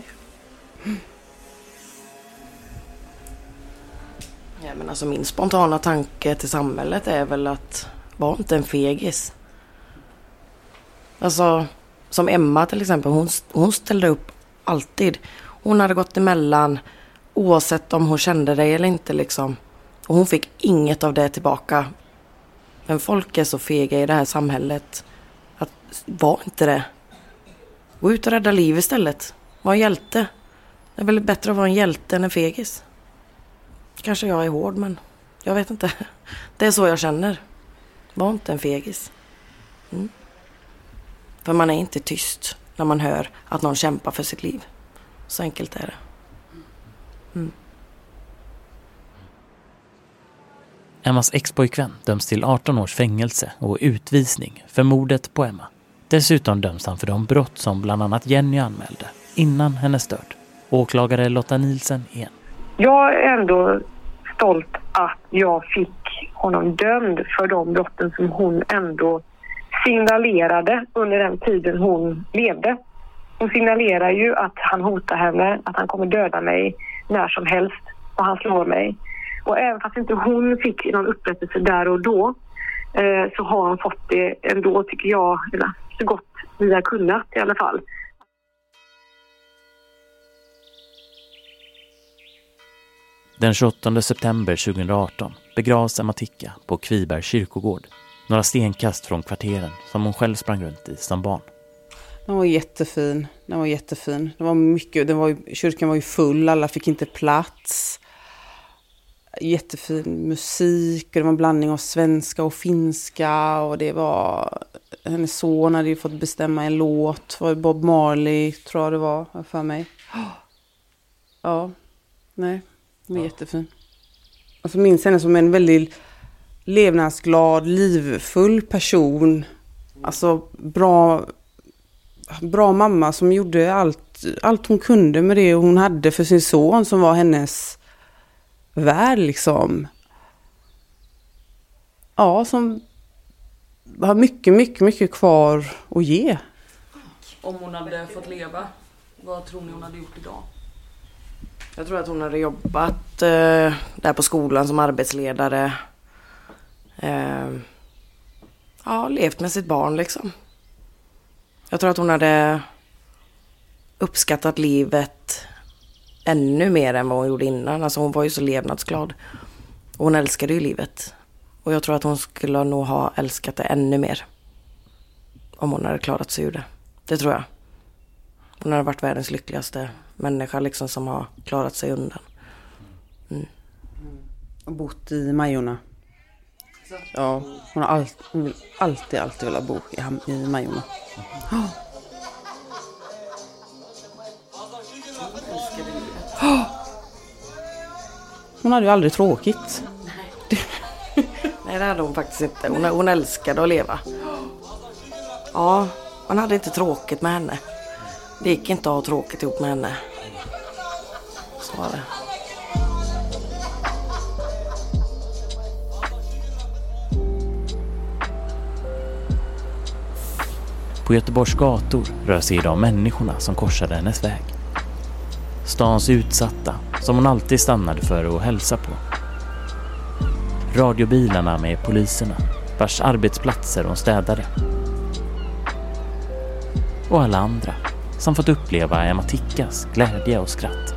Ja, men alltså min spontana tanke till samhället är väl att var inte en fegis. Alltså, som Emma till exempel, hon, hon ställde upp alltid. Hon hade gått emellan oavsett om hon kände dig eller inte liksom. Och hon fick inget av det tillbaka. Men folk är så fega i det här samhället att var inte det. Gå ut och rädda liv istället. Var en hjälte. Det är väl bättre att vara en hjälte än en fegis. Kanske jag är hård, men jag vet inte. Det är så jag känner. Var inte en fegis. Mm. För man är inte tyst när man hör att någon kämpar för sitt liv. Så enkelt är det. Mm. Emmas expojkvän döms till arton års fängelse och utvisning för mordet på Emma. Dessutom döms han för de brott som bland annat Jenny anmälde innan hennes död. Åklagare Lotta Nielsen igen. Jag är ändå stolt att jag fick honom dömd för de brotten som hon ändå signalerade under den tiden hon levde. Hon signalerar ju att han hotar henne, att han kommer döda mig när som helst och han slår mig. Och även fast inte hon fick någon upprättelse där och då eh, så har hon fått det ändå, tycker jag, eller så gott vi har kunnat i alla fall. Den tjugoåttonde september tjugohundraarton begravs Emma Ticka på Kvibergs kyrkogård, några stenkast från kvarteren som hon själv sprang runt i som barn. Den var jättefin, den var jättefin. Det var mycket, den var ju, kyrkan var ju full, alla fick inte plats. Jättefin musik, och det var en blandning av svenska och finska, och det var, hennes son hade ju fått bestämma en låt, var Bob Marley tror jag det var för mig. Ja, nej, den var jättefin. Alltså minns henne som en väldigt levnadsglad, livfull person. Alltså bra, bra mamma som gjorde allt, allt hon kunde med det hon hade för sin son som var hennes värld liksom. Ja, som har mycket, mycket, mycket kvar att ge. Om hon hade fått leva, vad tror ni hon hade gjort idag? Jag tror att hon hade jobbat eh, där på skolan som arbetsledare. Eh, ja, levt med sitt barn liksom. Jag tror att hon hade uppskattat livet ännu mer än vad hon gjorde innan. Alltså hon var ju så levnadsglad. Och hon älskade ju livet. Och jag tror att hon skulle nog ha älskat det ännu mer. Om hon hade klarat sig ur det. Det tror jag. Hon hade varit världens lyckligaste människa liksom som har klarat sig undan. Mm. Och bott i Majorna. Ja, hon har alltid, hon vill alltid, alltid vilja bo i, i Majorna. Oh. Oh. Hon hade ju aldrig tråkigt. Nej, det hade hon faktiskt inte. Hon, hon älskade att leva. Ja, man hade inte tråkigt med henne. Det gick inte att ha tråkigt ihop med henne. Så var det. På Göteborgs gator rör sig idag människorna som korsade hennes väg. Stans utsatta som hon alltid stannade för att hälsa på. Radiobilarna med poliserna vars arbetsplatser hon städade. Och alla andra som fått uppleva Emma Tickas glädje och skratt.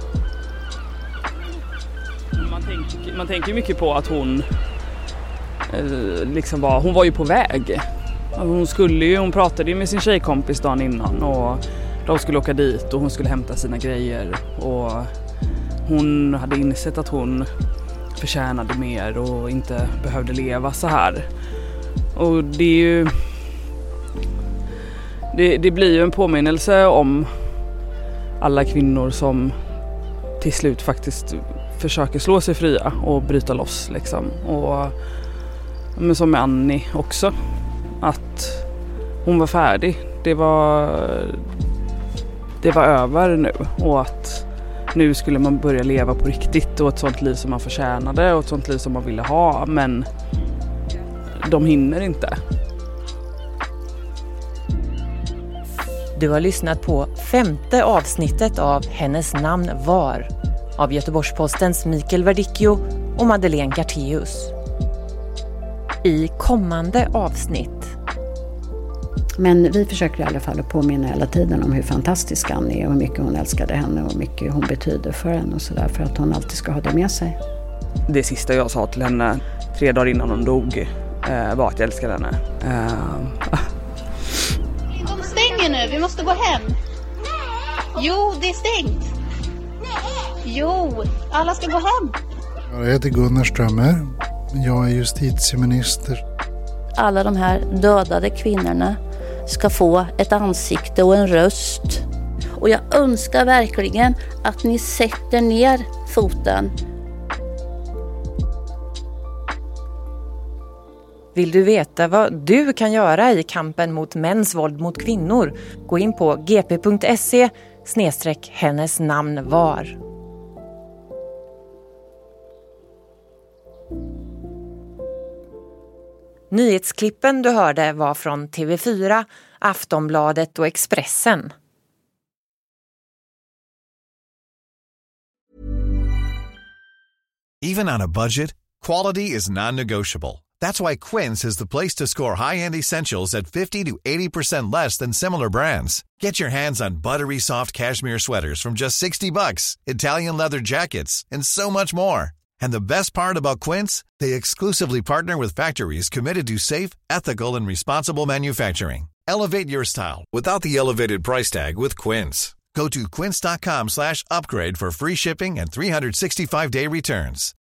Man tänker, man tänker mycket på att hon eh, liksom var, hon var ju på väg. Hon skulle ju, hon pratade ju med sin tjejkompis dagen innan och de skulle åka dit och hon skulle hämta sina grejer och hon hade insett att hon förtjänade mer och inte behövde leva så här. Och det är ju det, det blir ju en påminnelse om alla kvinnor som till slut faktiskt försöker slå sig fria och bryta loss liksom. Och men som med Annie också, att hon var färdig. Det var det var över nu och att nu skulle man börja leva på riktigt och ett sånt liv som man förtjänade och ett sånt liv som man ville ha, men de hinner inte. Du har lyssnat på femte avsnittet av Hennes namn var av Göteborgs-Postens Mikael Verdicchio och Madeleine Gartéus. I kommande avsnitt. Men vi försöker i alla fall att påminna hela tiden om hur fantastisk Annie är och hur mycket hon älskade henne och hur mycket hon betyder för henne och sådär, för att hon alltid ska ha det med sig. Det sista jag sa till henne tre dagar innan hon dog eh, var att jag älskade henne. Eh, De stänger nu, vi måste gå hem. Jo, det är stängt. Jo, alla ska gå hem. Jag heter Gunnar Strömmer. Jag är justitieminister. Alla de här dödade kvinnorna ska få ett ansikte och en röst. Och jag önskar verkligen att ni sätter ner foten. Vill du veta vad du kan göra i kampen mot mäns våld mot kvinnor? Gå in på gp.se snedstreck hennes namn var. Nyhetsklippen du hörde var från T V fyra, Aftonbladet och Expressen. Even on a budget, quality is non-negotiable. That's why Quince is the place to score high-end essentials at fifty to eighty percent less than similar brands. Get your hands on buttery soft cashmere sweaters from just sixty bucks, Italian leather jackets, and so much more. And the best part about Quince, they exclusively partner with factories committed to safe, ethical, and responsible manufacturing. Elevate your style without the elevated price tag with Quince. Go to quince.com slash upgrade for free shipping and three sixty-five day returns.